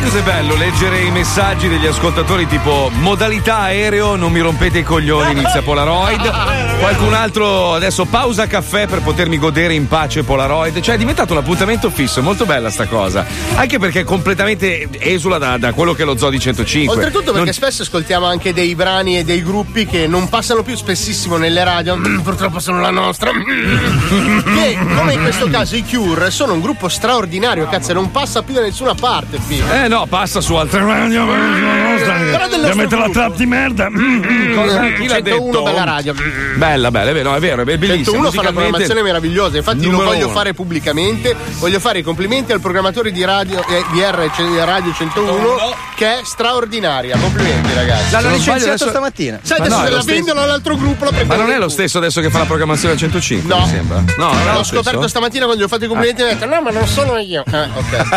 cos'è bello? Leggere i messaggi degli ascoltatori tipo modalità aereo, non mi rompete i coglioni, inizia Polaroid. Qualcun altro adesso pausa caffè per potermi godere in pace Polaroid. Cioè è diventato un appuntamento fisso, è molto bella sta cosa. Anche perché è completamente esula da, da quello che è lo Zoo di centocinque. Oltretutto perché non... spesso ascoltiamo anche dei brani e dei gruppi che non passano più spessissimo nelle radio, purtroppo sono la nostra. Che come in questo caso i Cure sono un gruppo straordinario, cazzo, non passa più da nessuna parte. Figlio. Eh no, passa su altre radio. Però del nostro mette la trap di merda. Cosa? Chi l'ha detto? centouno bella radio. Bella, bella, è vero, è vero, è bellissimo. centouno fa una programmazione meravigliosa, infatti lo voglio uno. fare pubblicamente, voglio fare i complimenti al programmatore di radio eh, di R Radio centouno che è straordinaria. Complimenti ragazzi. L'hanno licenziato adesso... stamattina. Sai, adesso no, se la stesso... vendono all'altro gruppo la Ma non è lo stesso adesso che fa la programmazione al centocinque, no. mi sembra. No, non l'ho scoperto stamattina quando gli ho fatto i complimenti ah. e ho detto no, ma non sono io. Eh,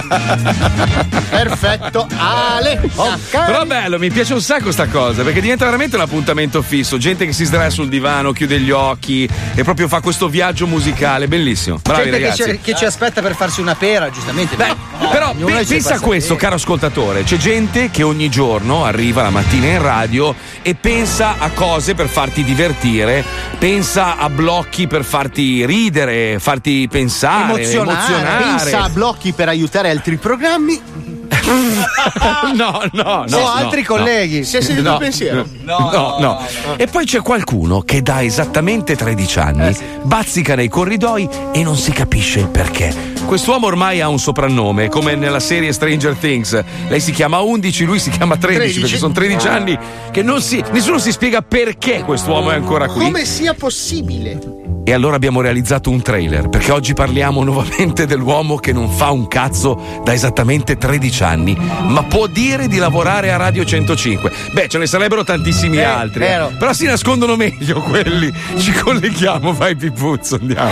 ok. Perfetto, Ale. Okay. Però bello, mi piace un sacco sta cosa, perché diventa veramente un appuntamento fisso. Gente che si sdraia sul divano, chiude gli occhi e proprio fa questo viaggio musicale, bellissimo. Bravi Gente ragazzi. Che ci, che ci aspetta per farsi una pera, giustamente. Beh, no, però pe- pensa a questo, caro ascoltatore. C'è gente che ogni giorno arriva la mattina in radio e pensa a cose per farti divertire, pensa a blocchi per farti ridere, farti pensare, emozionare. emozionare. Pensa a blocchi per aiutare altri programmi. no, no, no. O altri no, colleghi. No. Si è sentito no, il pensiero? No no, no, no. E poi c'è qualcuno che da esattamente tredici anni eh sì. bazzica nei corridoi e non si capisce il perché. Quest'uomo ormai ha un soprannome, come nella serie Stranger Things. Lei si chiama undici, lui si chiama tredici, tredici? Perché sono tredici anni che non si, nessuno si spiega perché quest'uomo è ancora qui. Come sia possibile? E allora abbiamo realizzato un trailer, perché oggi parliamo nuovamente dell'uomo che non fa un cazzo da esattamente tredici anni, ma può dire di lavorare a Radio centocinque. Beh, ce ne sarebbero tantissimi eh, altri, eh. però si nascondono meglio quelli. Ci colleghiamo, vai Pipuzzo, andiamo.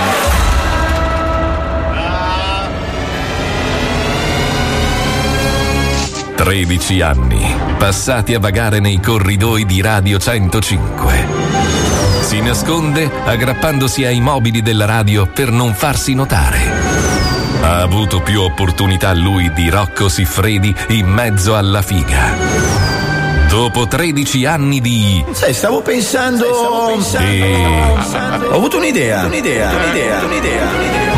tredici anni passati a vagare nei corridoi di Radio centocinque. Si nasconde aggrappandosi ai mobili della radio per non farsi notare. Ha avuto più opportunità lui di Rocco Siffredi in mezzo alla figa. Dopo tredici anni di... Sai, stavo pensando... Sai, stavo pensando... E... Ho avuto un'idea. Un'idea, un'idea, un'idea, un'idea.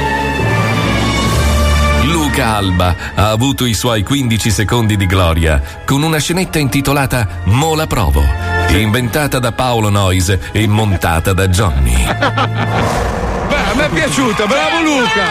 Luca Alba ha avuto i suoi quindici secondi di gloria con una scenetta intitolata Mola Provo, inventata da Paolo Noise e montata da Johnny. Beh, a me è piaciuta, bravo Luca!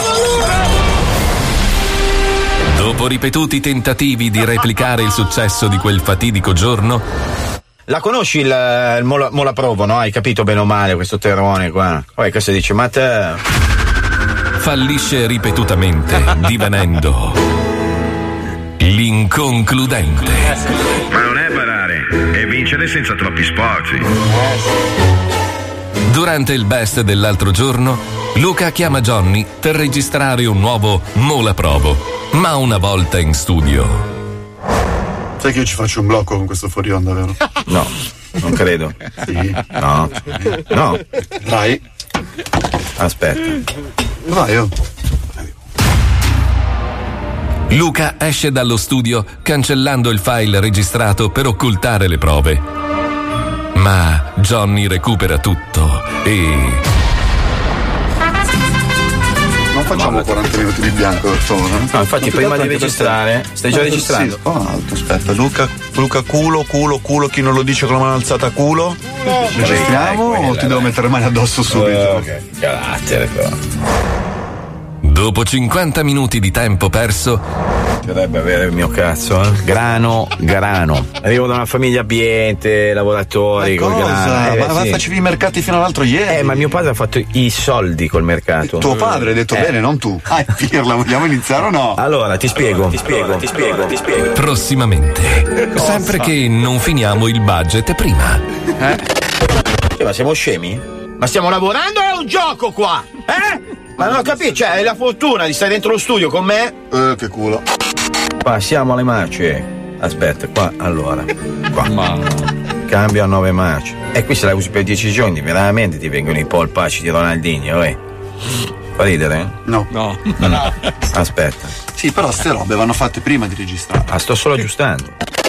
Dopo ripetuti tentativi di replicare il successo di quel fatidico giorno, la conosci il, il Mola, Mola Provo, no? Hai capito bene o male questo terrone qua? Poi questo dice, ma te... fallisce ripetutamente, divenendo l'inconcludente. Ma non è barare, è vincere senza troppi sforzi. Durante il best dell'altro giorno, Luca chiama Johnny per registrare un nuovo Mola Provo, ma una volta in studio. Sai che io ci faccio un blocco con questo fuori onda, vero? No, non credo. Sì. No. No. Dai. Aspetta. Vai, oh. Luca esce dallo studio cancellando il file registrato per occultare le prove. Ma Johnny recupera tutto e... Non facciamo quaranta minuti di bianco per favore. No, infatti prima di registrare, stai già registrando? Sì. Oh, alto, aspetta, Luca, Luca culo, culo, culo, chi non lo dice con la mano alzata culo. No, registriamo o ti devo mettere le mani addosso subito? Uh, ok, carattere però. Dopo cinquanta minuti di tempo perso, dovrebbe avere il mio cazzo, eh? Grano, grano. Arrivo da una famiglia abbiente, lavoratori ma col cosa? grano. Eh, ma sì. facevi i mercati fino all'altro ieri. Eh, ma mio padre ha fatto i soldi col mercato. Tuo padre, hai detto eh. bene, non tu. Ah, Pirla, vogliamo iniziare o no? Allora, ti spiego, allora, ti spiego, allora, ti spiego, allora, ti spiego. Prossimamente. Cosa? Sempre che non finiamo il budget prima. Eh? eh? Ma siamo scemi? Ma stiamo lavorando o è un gioco qua? Eh? Ma non ho capito, cioè hai la fortuna di stare dentro lo studio con me? Eh, che culo. Passiamo alle marce. Aspetta, qua, allora. Qua. Ma... Cambio a nove marce. E qui se la usi per dieci giorni, veramente ti vengono i polpacci di Ronaldinho, eh. Fa ridere? No. No. no. Aspetta. Sì, però ste robe vanno fatte prima di registrare. Ah, sto solo aggiustando.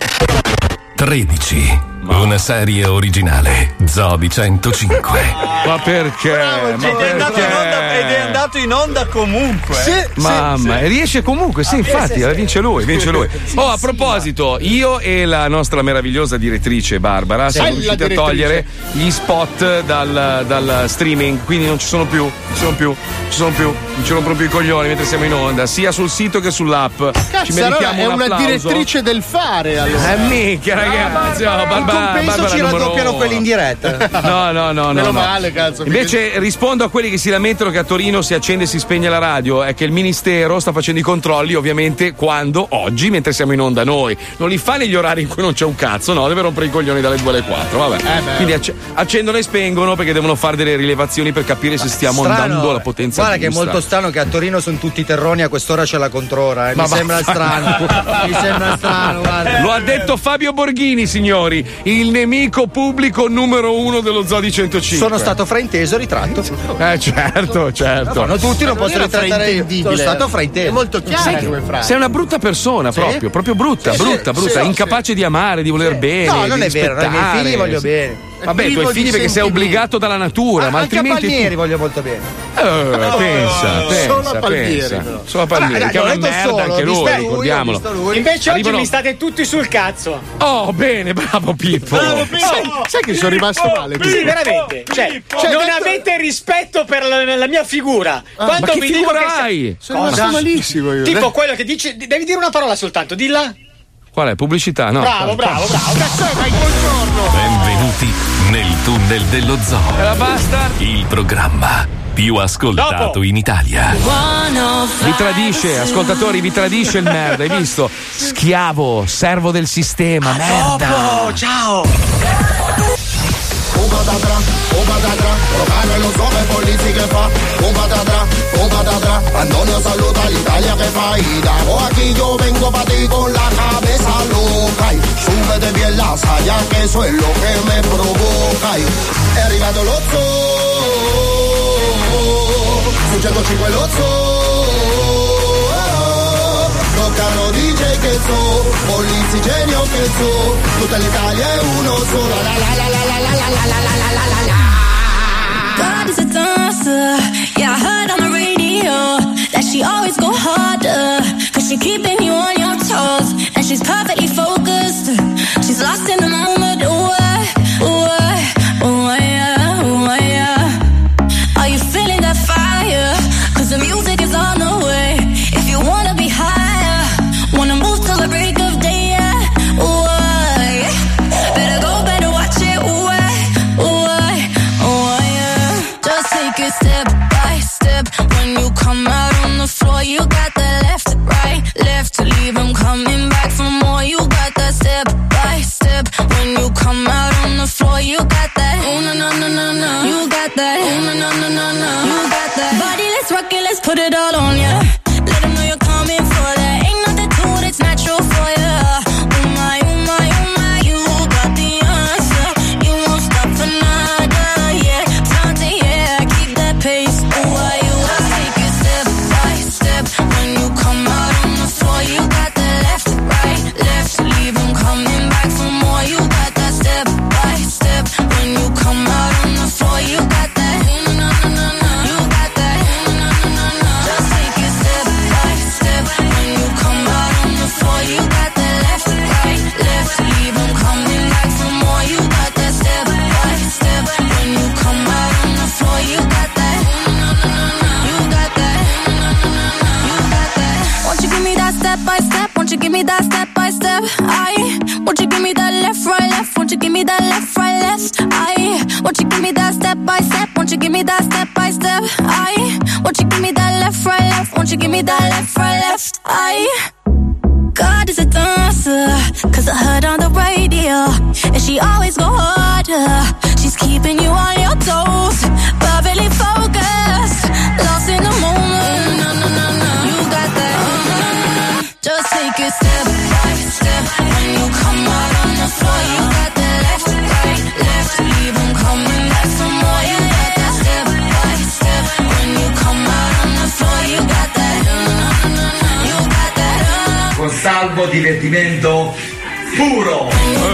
tredici. Una serie originale Zobi centocinque. Ma perché? Bravo, Ma ed, è andato in onda, ed è andato in onda comunque. Sì, mamma, e riesce comunque, sì, infatti, la vince lui, vince lui. Oh, a proposito, io e la nostra meravigliosa direttrice Barbara siamo Bella riusciti a direttrice. togliere gli spot dal, dal streaming, quindi non ci sono più, non ci sono più, non ci sono più, non ci rompono più i coglioni mentre siamo in onda, sia sul sito che sull'app. Ci Cazzo, allora meritiamo è un una applauso. direttrice del fare, allora. Eh, minchia, ragazzi, oh, Barbara, In compenso Barbara ci numero raddoppiano uno. quelli in diretta. No, no, no, no. Meno no. male, cazzo. Invece rispondo a quelli che si lamentano che a Torino si accende e si spegne la radio, è che il ministero sta facendo i controlli ovviamente quando, oggi, mentre siamo in onda noi. Non li fa negli orari in cui non c'è un cazzo, no, deve rompere i coglioni dalle due alle quattro, vabbè. Eh Quindi acc- accendono e spengono perché devono fare delle rilevazioni per capire se stiamo Strano, andando alla potenza guarda giusta. che è molto strano che a Torino sono tutti terroni, a quest'ora c'è la controra, eh. Ma mi va- sembra strano. Mi sembra strano, guarda. Lo ha detto Fabio Borghini, signori, il nemico pubblico numero uno dello Zodi centocinque. Sono stato frainteso, ritratto. Eh certo, certo. No, tutti non possono era ritrattare io. Sono stato frainteso. È molto chiaro Sai che come frase. sei una brutta persona, Sì? proprio, proprio brutta, Sì, brutta, sì, brutta, sì, incapace di amare, di voler bene. No, non di è vero, ai miei rispettare. figli voglio bene. Vabbè, i privo tuoi di figli perché sei sentimenti. obbligato dalla natura, Ah, ma anche a altrimenti. Palmieri voglio molto bene. Eh, pensa, pensa, solo a Palmieri, pensa. però. Solo a Palmieri, Vabbè, che è dai, una l'ho detto merda solo, anche ho lui, visto lui, ricordiamolo. ho visto lui. Invece oggi Arrivano- mi state tutti sul cazzo. Oh, bene, bravo Pippo. Bravo, Pippo. Sai, sai che sono rimasto male? Sì, veramente. Cioè, Cioè, non detto- avete rispetto per la, la mia figura. Quando ma che vi dico figura che se- hai? Sono rimasto malissimo io. Tipo quello che dice. Devi dire una parola soltanto, dilla. Qual è? Pubblicità? No. Bravo, bravo, bravo. Cazzo, dai, buongiorno. Benvenuti nel tunnel dello zoo. E la basta? Il programma più ascoltato Dopo. in Italia. Vi tradisce, ascoltatori, vi tradisce il merda, hai visto? Schiavo, servo del sistema, merda. Oh, ciao. Un patatra, un patatra, Rocane lo so che polizi che fa. Un patatra, un patatra, Antonio saluta l'Italia che fa. Y Dago aquí yo vengo pa' ti con la cabeza loca. Y súbete bien la saya que eso es lo que me provoca. Y è arrivato lo zoo, su centocinque lo zoo. Toccano D J che so, Polizzi genio che so, tutta l'Italia è uno solo. La la la la la la la la la la la la la. God is a dancer, yeah, I heard on the radio that she always go harder, cause she keeping you on your toes, and she's perfectly focused, she's lost in the moment, ooh, uh, ooh, uh, ooh, uh, yeah, ooh, uh, yeah. Are you feeling that fire? Cause the music is on the way, if you wanna be higher, wanna move till the break of day, yeah, ooh, uh, yeah. Better go, better watch it, ooh, uh, ooh, uh, ooh, uh, yeah. Just take it step by step. When you come out on the floor, you got that left, right, left to leave them coming back for more. You got that step by step. When you come out on the floor, you got that. Oh no no no no no. You got that. Oh no no no no no. You got that. Body, let's rock it, let's put it all on ya. Let them know you're coming for that. Ain't nothing to it, it's natural for ya. Oh my, oh my, oh my. You got the answer. You won't stop for nada, yeah. Time to yeah, keep that pace. Oh why you just take it step by step. When you come out on the floor, you got the left, right, left. Leave them coming back for more. You got that step by step. When you come out on the floor, you got that. No no no no no. You got that. No no no no. Just take it step by step. When you come out on the floor, you got that left, right, left. Leave them coming back for more. You got that step by step. When you come out on the floor, you got that. No no no no. You got that. No no no no. You got that. Won't you give me that step by step? Won't you give me that step by step? I. Won't you give me that left, right, left? Won't you give me that left, right, left? I. Won't you give me that step by step? Won't you give me that step by step? I. Won't you give me that left, right, left? Won't you give me that left, right, left? I. God is a dancer, cause I heard on the radio, and she always go harder. She's keeping you on your toes, perfectly focused, lost in the moment. No, no, no, no. You got that. Uh-huh. Just take it step by step. When you come out on the floor, you got that left, right, left. Leave them coming back some more. You got that step by step. When you come out on the floor, you got that. No, no, no, no, no. You got divertimento puro.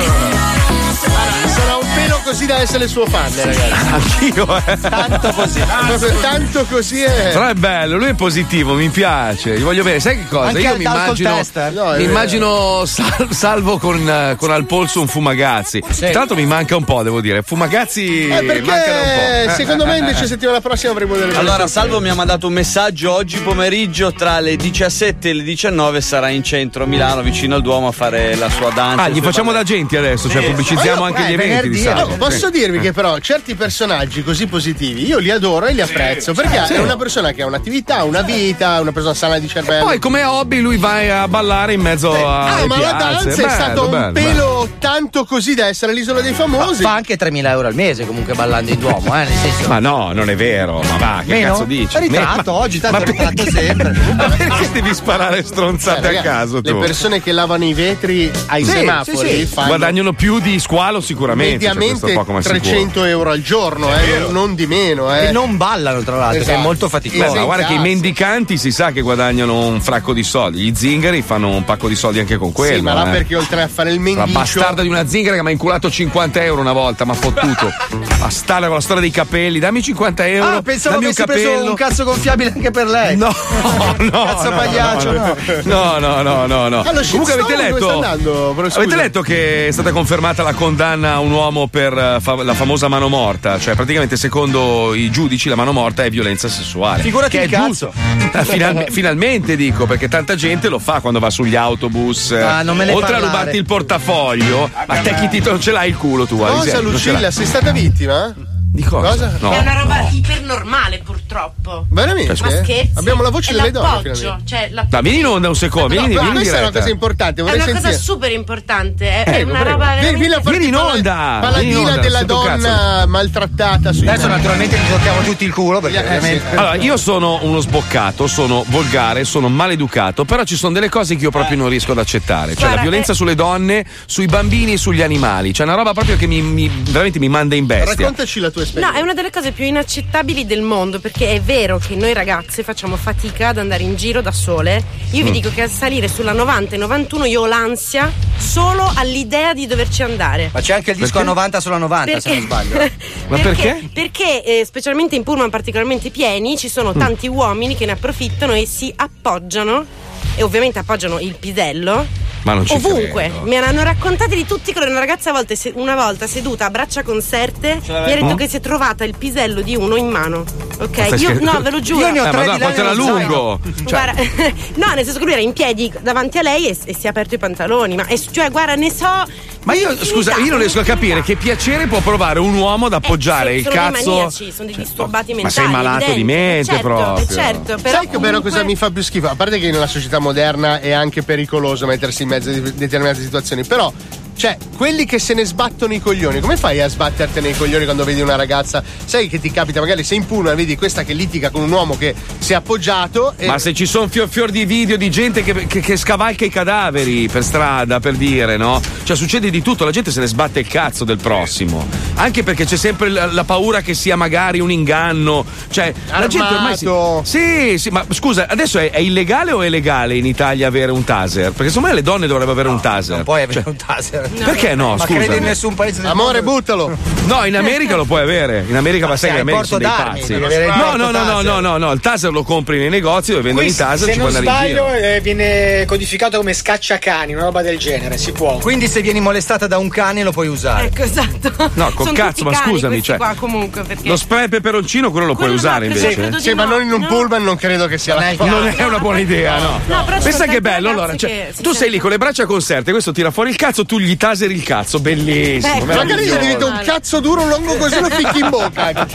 Sarà un pelo così da essere il suo fan, ragazzi. Anch'io, eh. Tanto così. Proprio tanto così è. Però è bello, lui è positivo, mi piace, gli voglio bene. Sai che cosa? Anche Io al mi talco immagino, test, eh. No, è mi vero. immagino Sal- Salvo con, eh, con al polso un Fumagazzi. Tra l'altro mi manca un po', devo dire. Fumagazzi Eh, mancano un perché po'. secondo me invece settimana prossima avremo delle Allora, sorprese. Salvo mi ha mandato un messaggio oggi pomeriggio tra le diciassette e le diciannove sarà in centro a Milano vicino al Duomo a fare la sua danza. Ah, le gli sue facciamo da balletti. agenti adesso, cioè Sì. pubblicizziamo Ma io- anche eh, gli eventi di Salvo. Oh, posso dirvi che però certi personaggi così positivi io li adoro e li apprezzo perché sì. è una persona che ha un'attività, una vita, una persona sana di cervello. Poi come hobby lui va a ballare in mezzo a Ah, ma la danza è stato un pelo tanto così da essere l'isola dei famosi. Fa anche tremila euro al mese comunque ballando in Duomo, eh, nel senso. Ma no, non è vero, ma va, che Meno? cazzo dici? Ritratto, Ma- oggi tanto ma ritratto perché- sempre. Ma perché devi sparare stronzate Eh, raga, a caso tu? Le persone che lavano i vetri ai Sì, semafori sì, sì. fanno guadagnano più di squalo sicuramente, cioè, questo è mediamente poco ma sicuro. trecento euro al giorno, eh, non, non di meno. Eh. E non ballano tra l'altro, che è Esatto. molto faticoso. Beh, ma guarda che i mendicanti si sa che guadagnano un fracco di soldi. Gli zingari fanno un pacco di soldi anche con quello. Sì, ma là eh. perché oltre a fare il La mendicio bastarda di una zingara che mi ha inculato cinquanta euro una volta, ma fottuto. Bastarda con la storia dei capelli, dammi cinquanta euro. Ah, pensavo dammi avessi un capello. preso un cazzo gonfiabile anche per lei. No, no, cazzo no, pagliaccio, no. no. No, no, no, no, no. Allo Comunque avete shitstorm dove letto? sta andando? Però, scusa. Avete letto che è stata confermata la condanna a un uomo per eh, fa- la famosa mano morta? Cioè, praticamente, secondo i giudici, la mano morta è violenza sessuale. Figurati che il è cazzo. giusto. Eh, finalme- finalmente dico, perché tanta gente lo fa quando va sugli autobus. eh, Ah, non me ne Oltre parlare. a rubarti il portafoglio, ma te chi ti non ce l'hai il culo tu? Cosa, Alisei? Non ce l'hai. Lucilla? Sei stata vittima? Di cosa? Cosa? No. È una roba ipernormale, purtroppo. Veramente? Ma scherzi? Abbiamo la voce È delle donne, l'appoggio, finalmente. cioè la- Dai, vieni in onda un secondo, No, vieni, però vieni in questa è una diretta. cosa importante, È vorrei una cosa sentire. super importante, è, è Prego, una prego. roba Vieni, veramente. vieni a farti Vieni in pala- onda, Paladina vieni in onda, della sto donna maltrattata sui Adesso naturalmente gli tocchiamo tutti il culo perché Eh, sì. ovviamente. Allora, io sono uno sboccato, sono volgare, sono maleducato, però ci sono delle cose che io proprio non riesco ad accettare. Cioè Guarda, la violenza eh. sulle donne, sui bambini e sugli animali. Cioè una roba proprio che mi, mi- veramente mi manda in bestia. Raccontaci la tua No, esperienza. è una delle cose più inaccettabili del mondo, perché è vero che noi ragazze facciamo fatica ad andare in giro da sole. Io vi Mm. dico che a salire sulla novanta e novantuno io ho l'ansia solo all'idea di doverci andare. Ma c'è anche il disco Perché? a novanta sulla novanta, se non sbaglio. Ma perché? Perché eh, specialmente in pullman particolarmente pieni ci Mm. sono tanti uomini che ne approfittano e si appoggiano, e ovviamente appoggiano il pisello Ma non ci ovunque. credo. Mi hanno raccontati di tutti colori. Una ragazza a volte se- una volta seduta a braccia conserte mi ha detto Mm? che si è trovata il pisello di uno in mano. Ok, Stai io scherzando? no, ve lo giuro. Io ne ho Eh, tre ma di no, quanto là era nello zaino. lungo? Cioè, Guarda, no, nel senso che lui era in piedi davanti a lei e, e si è aperto i pantaloni. Ma è- cioè, guarda, ne so. ma io, scusa, io non riesco a capire che piacere può provare un uomo ad appoggiare Eh, il sono dei cazzo. maniaci, sono dei disturbati Ma mentali. sei malato evidente. di mente certo, proprio. Certo, però Sai che però comunque- cosa mi fa più schifo? A parte che nella società moderna è anche pericoloso mettersi in mezzo a di- determinate situazioni, però, cioè, quelli che se ne sbattono i coglioni, come fai a sbattertene i coglioni quando vedi una ragazza? Sai che ti capita, magari sei in pullman, vedi questa che litiga con un uomo che si è appoggiato e Ma se ci sono fior fior di video di gente che, che- che scavalca i cadaveri per strada, per dire, no? Cioè succede di tutto, la gente se ne sbatte il cazzo del prossimo. Anche perché c'è sempre la, la paura che sia magari un inganno. Cioè, la gente ormai si... Sì, sì, ma scusa, adesso è, è illegale o è legale in Italia avere un taser? Perché secondo me le donne dovrebbero avere un taser. Non puoi avere Cioè, un taser. perché no? Ma Scusa. credi in nessun paese del amore, mondo. buttalo. No, in America lo puoi avere. In America, ma sai se che in hai America sono dei porto d'armi, pazzi. devi avere il No, porto no, no, no, taser. no, no, no, il taser lo compri nei negozi dove vendono Qui, i taser, se ci non puoi andare in giro. sbaglio eh, viene codificato come scacciacani, una roba del genere, si può. Quindi se vieni molestata da un cane lo puoi usare. Ecco, esatto. No, col Sono cazzo, tutti ma cani scusami, questi cioè, qua comunque, perché Lo spray peperoncino quello lo puoi Quello no, usare credo- invece? credo di Sì, ma no, non in un no. pullman non credo che sia la cosa. Non è una buona idea, no. No, però ci Pensa sono che tante bello, allora, ragazze cioè, che si tu sei lì con le braccia conserte, questo tira fuori il cazzo, tu gli taseri il cazzo, bellissimo. Ecco, Magari gli meraviglioso. diventa un cazzo duro lungo così lo ficchi in bocca.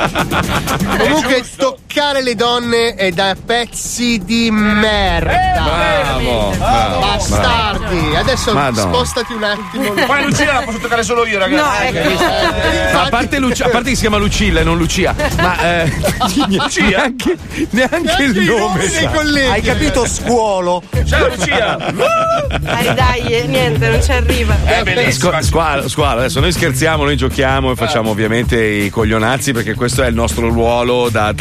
Comunque toccare le donne è da pezzi di merda. Bravo, bravo, Bastardi. Adesso Madonna. spostati un attimo. Poi Lucilla la posso toccare solo io, ragazzi. No, ecco. No, a parte, Lucia, a parte che si chiama Lucilla e non Lucia, ma eh, neanche, neanche il i nome nomi dei sa. colleghi. Hai capito, scuolo? Ciao Lucia. Dai, dai, eh, niente, non ci arriva. È bellissimo. Squ- Squalo, squalo, adesso noi scherziamo, noi giochiamo e facciamo ovviamente i coglionazzi perché questo è il nostro ruolo da tanti anni.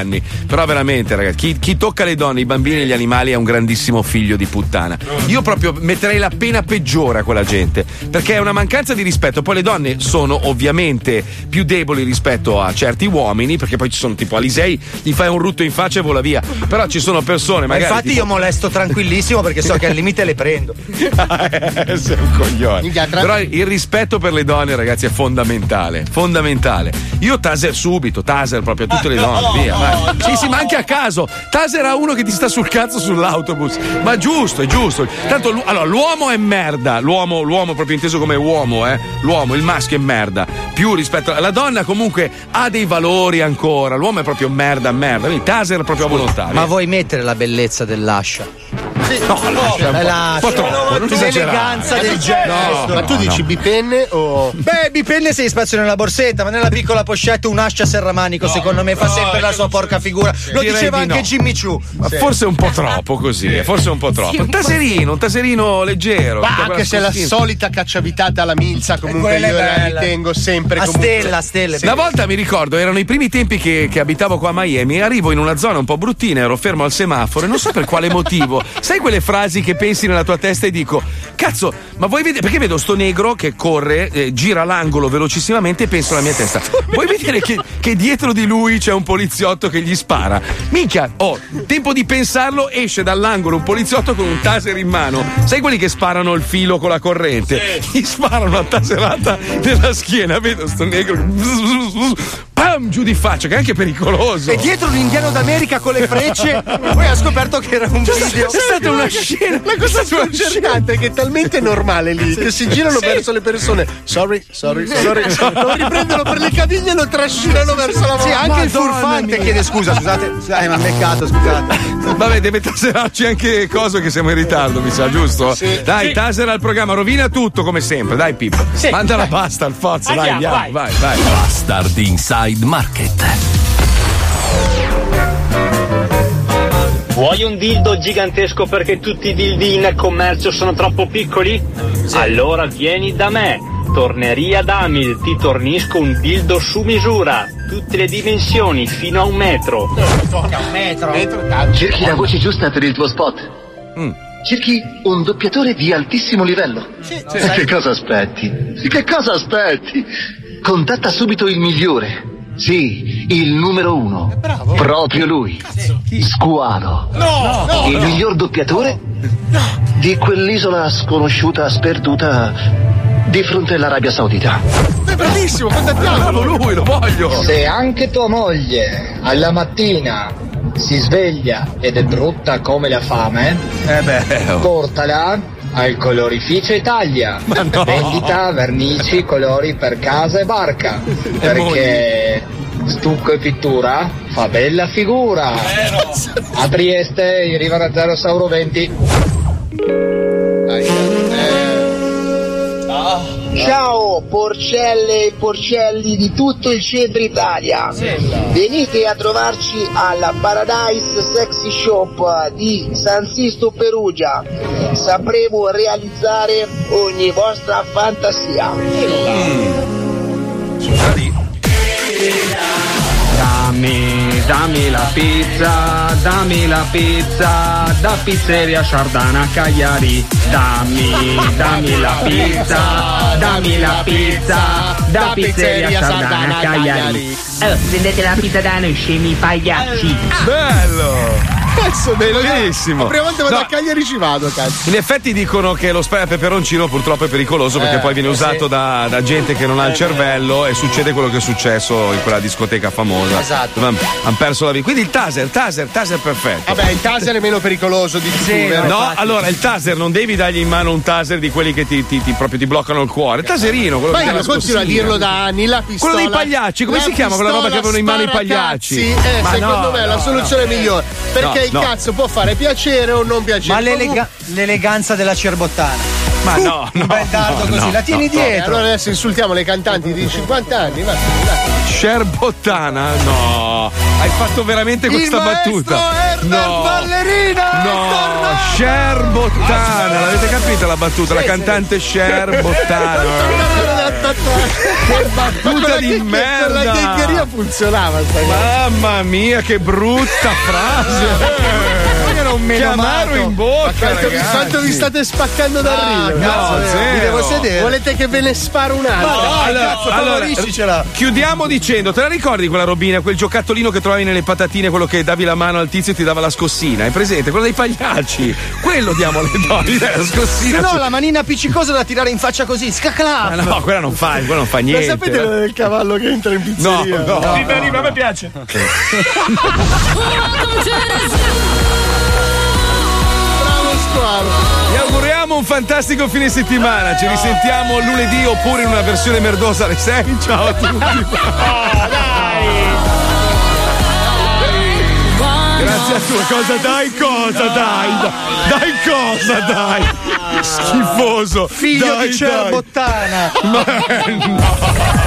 anni. Però veramente, ragazzi, chi, chi tocca le donne, i bambini e gli animali è un grandissimo figlio di puttana. Io proprio metterei la pena peggiore a quella gente, perché è una mancanza di rispetto. Poi le donne sono ovviamente più deboli rispetto a certi uomini, perché poi ci sono tipo Alisei, gli fai un rutto in faccia e vola via. Però ci sono persone magari. Infatti tipo... io molesto tranquillissimo perché so che al limite le prendo. eh, sei un coglione. Però il rispetto per le donne, ragazzi, è fondamentale. Fondamentale. Io taser subito, taser proprio a tutte le donne, no, via. no, vai. no. Sì, sì, ma anche a caso. Taser a uno che ti sta sul cazzo sull'autobus. Ma giusto, è giusto. Tanto l'u- allora, l'uomo è merda. L'uomo, l'uomo proprio inteso come uomo, eh. L'uomo, il maschio è merda. Più rispetto alla donna, comunque ha dei valori ancora. L'uomo è proprio merda, merda. Quindi taser proprio a volontà. Ma vuoi mettere la bellezza dell'ascia? No, lascia un po', un po' troppo, non esagerare. L'eleganza del gesto. No, ma tu no, dici no. bipenne o. Beh, bipenne se hai spazio nella borsetta, ma nella piccola pochette un'ascia serramanico, no, secondo me fa no, sempre la sua porca figura. Lo Direi diceva di anche no. Jimmy Choo. Ma Sì. forse è un po' troppo così, eh, forse è un po' troppo. Un taserino, un taserino leggero. Ma tutta anche quella se la scostina. solita cacciavitata alla milza, comunque quella io è la bella. ritengo sempre A comunque. stella, a stelle. Una volta mi ricordo, erano i primi tempi che, che abitavo qua a Miami, arrivo in una zona un po' bruttina, ero fermo al semaforo e non so per quale motivo. Sai quelle frasi che pensi nella tua testa e dico, cazzo, ma vuoi vedere? Perché vedo sto negro che corre, eh, gira l'angolo velocissimamente e penso alla mia testa, vuoi vedere che, che dietro di lui c'è un poliziotto che gli spara? Minchia, oh, tempo di pensarlo, esce dall'angolo un poliziotto con un taser in mano. Sai quelli che sparano il filo con la corrente? Gli sparano una taserata nella schiena, vedo sto negro pam, giù di faccia, che è anche pericoloso. E dietro un indiano d'America con le frecce, poi ha scoperto che era un video. C'è stata una scena. La cosa sconcertante è che è talmente normale lì che si girano Sì. verso le persone. Sorry, sorry, sorry. Lo riprendono per le caviglie e lo trascinano verso la Sì, mano. anche il Madonna furfante mia. chiede scusa, scusate, scusate, mi ha beccato, scusate. Vabbè, deve taserarci anche coso che siamo in ritardo, mi sa, giusto? Sì. Dai, Sì. tasera al programma, rovina tutto come sempre. Dai, Pippo. Sì, Manda la dai. pasta al forza, dai, Andiamo, andiamo, vai, vai. Bastard Inside Market. Vuoi un dildo gigantesco perché tutti i dildi in commercio sono troppo piccoli? Allora vieni da me. Torneria Damil, ti tornisco un dildo su misura, tutte le dimensioni, fino a un metro. Un metro. Cerchi la voce giusta per il tuo spot. Mm. Cerchi un doppiatore di altissimo livello. Sì, Che cosa aspetti? Che cosa aspetti? Contatta subito il migliore. Sì, il numero uno. Proprio lui. Squalo. No, no, il no. miglior doppiatore di quell'isola sconosciuta, sperduta di fronte all'Arabia Saudita. È bravissimo, contattiamolo. Lui, lo voglio. Se anche tua moglie alla mattina si sveglia ed è brutta come la fame, Eh beh, oh. portala al Colorificio Italia. no. Vendita vernici, colori per casa e barca. Perché stucco e pittura fa bella figura. A Trieste in riva da zero Sauro venti. Ciao porcelle e porcelli di tutto il centro Italia, venite a trovarci alla Paradise Sexy Shop di San Sisto Perugia, sapremo realizzare ogni vostra fantasia. Dammi, dammi la pizza, dammi la pizza, da pizzeria Sardana Cagliari. Dammi, dammi la pizza, dammi la pizza, da pizzeria Sardana Cagliari. Allora, prendete la pizza da noi, scemi pagliacci. Bello! Cazzo, bellissimo. La prima volta vado No. a Cagliari ci vado, cazzo. In effetti dicono che lo spray a peperoncino purtroppo è pericoloso perché Eh, poi viene eh, usato sì. da, da gente che non ha il cervello e succede quello che è successo in quella discoteca famosa. Esatto. Dove hanno perso la vita. Quindi il taser, taser, taser perfetto. Vabbè, il taser è meno pericoloso di più, vero? No, allora il taser non devi dargli in mano un taser di quelli che ti, ti- ti- proprio ti bloccano il cuore. Il taserino, quello Ma che io dà la continuo a scossina. dirlo da anni, la pistola. Quello dei pagliacci, come la si chiama quella roba che pistola avevano in mano i pagliacci? sparacazzi, Eh, Ma secondo no, me è la no, soluzione no. migliore. Perché No, il no. cazzo può fare piacere o non piacere. Ma l'elega- Comunque- l'eleganza della cerbottana. Ma no, Un bel dardo no, così, no, la tieni no. dietro. Eh, allora adesso insultiamo le cantanti di cinquanta anni. Va, Cher Bottana? No, hai fatto veramente Il questa maestro battuta. Herbert No, Ballerina no, Cher Bottana, l'avete capita la battuta? La cantante Cher Bottana. Che battuta di merda. La chiacchieria funzionava sta cosa. Mamma mia, che brutta frase! Era un Che amaro in bocca, Quanto vi, ragazzi. quanto vi state spaccando da Ah, ridere? no, Cazzo, zero. mi devo sedere. Volete che ve ne sparo un altro? No, allora, cazzo, allora, favoriscicela. chiudiamo dicendo, te la ricordi quella robina, quel giocattolino che trovavi nelle patatine, quello che davi la mano al tizio e ti dava la scossina? Hai presente? Quello dei pagliacci. Quello diamo alle donne, la scossina. Se no, la manina appiccicosa da tirare in faccia così, scacla. Ah, no, quella non fa, quella non fa Ma niente. sapete quello del cavallo che entra in pizzeria? No, no. Viva, viva, a me piace. Bravo squalo. Vi auguriamo un fantastico fine settimana. Ci risentiamo lunedì oppure in una versione merdosa alle sei. Ciao a tutti. Grazie a tu. Cosa dai? Cosa dai? Dai cosa dai? Schifoso. Figlio Dai, di dai. Cerbottana. Ma no.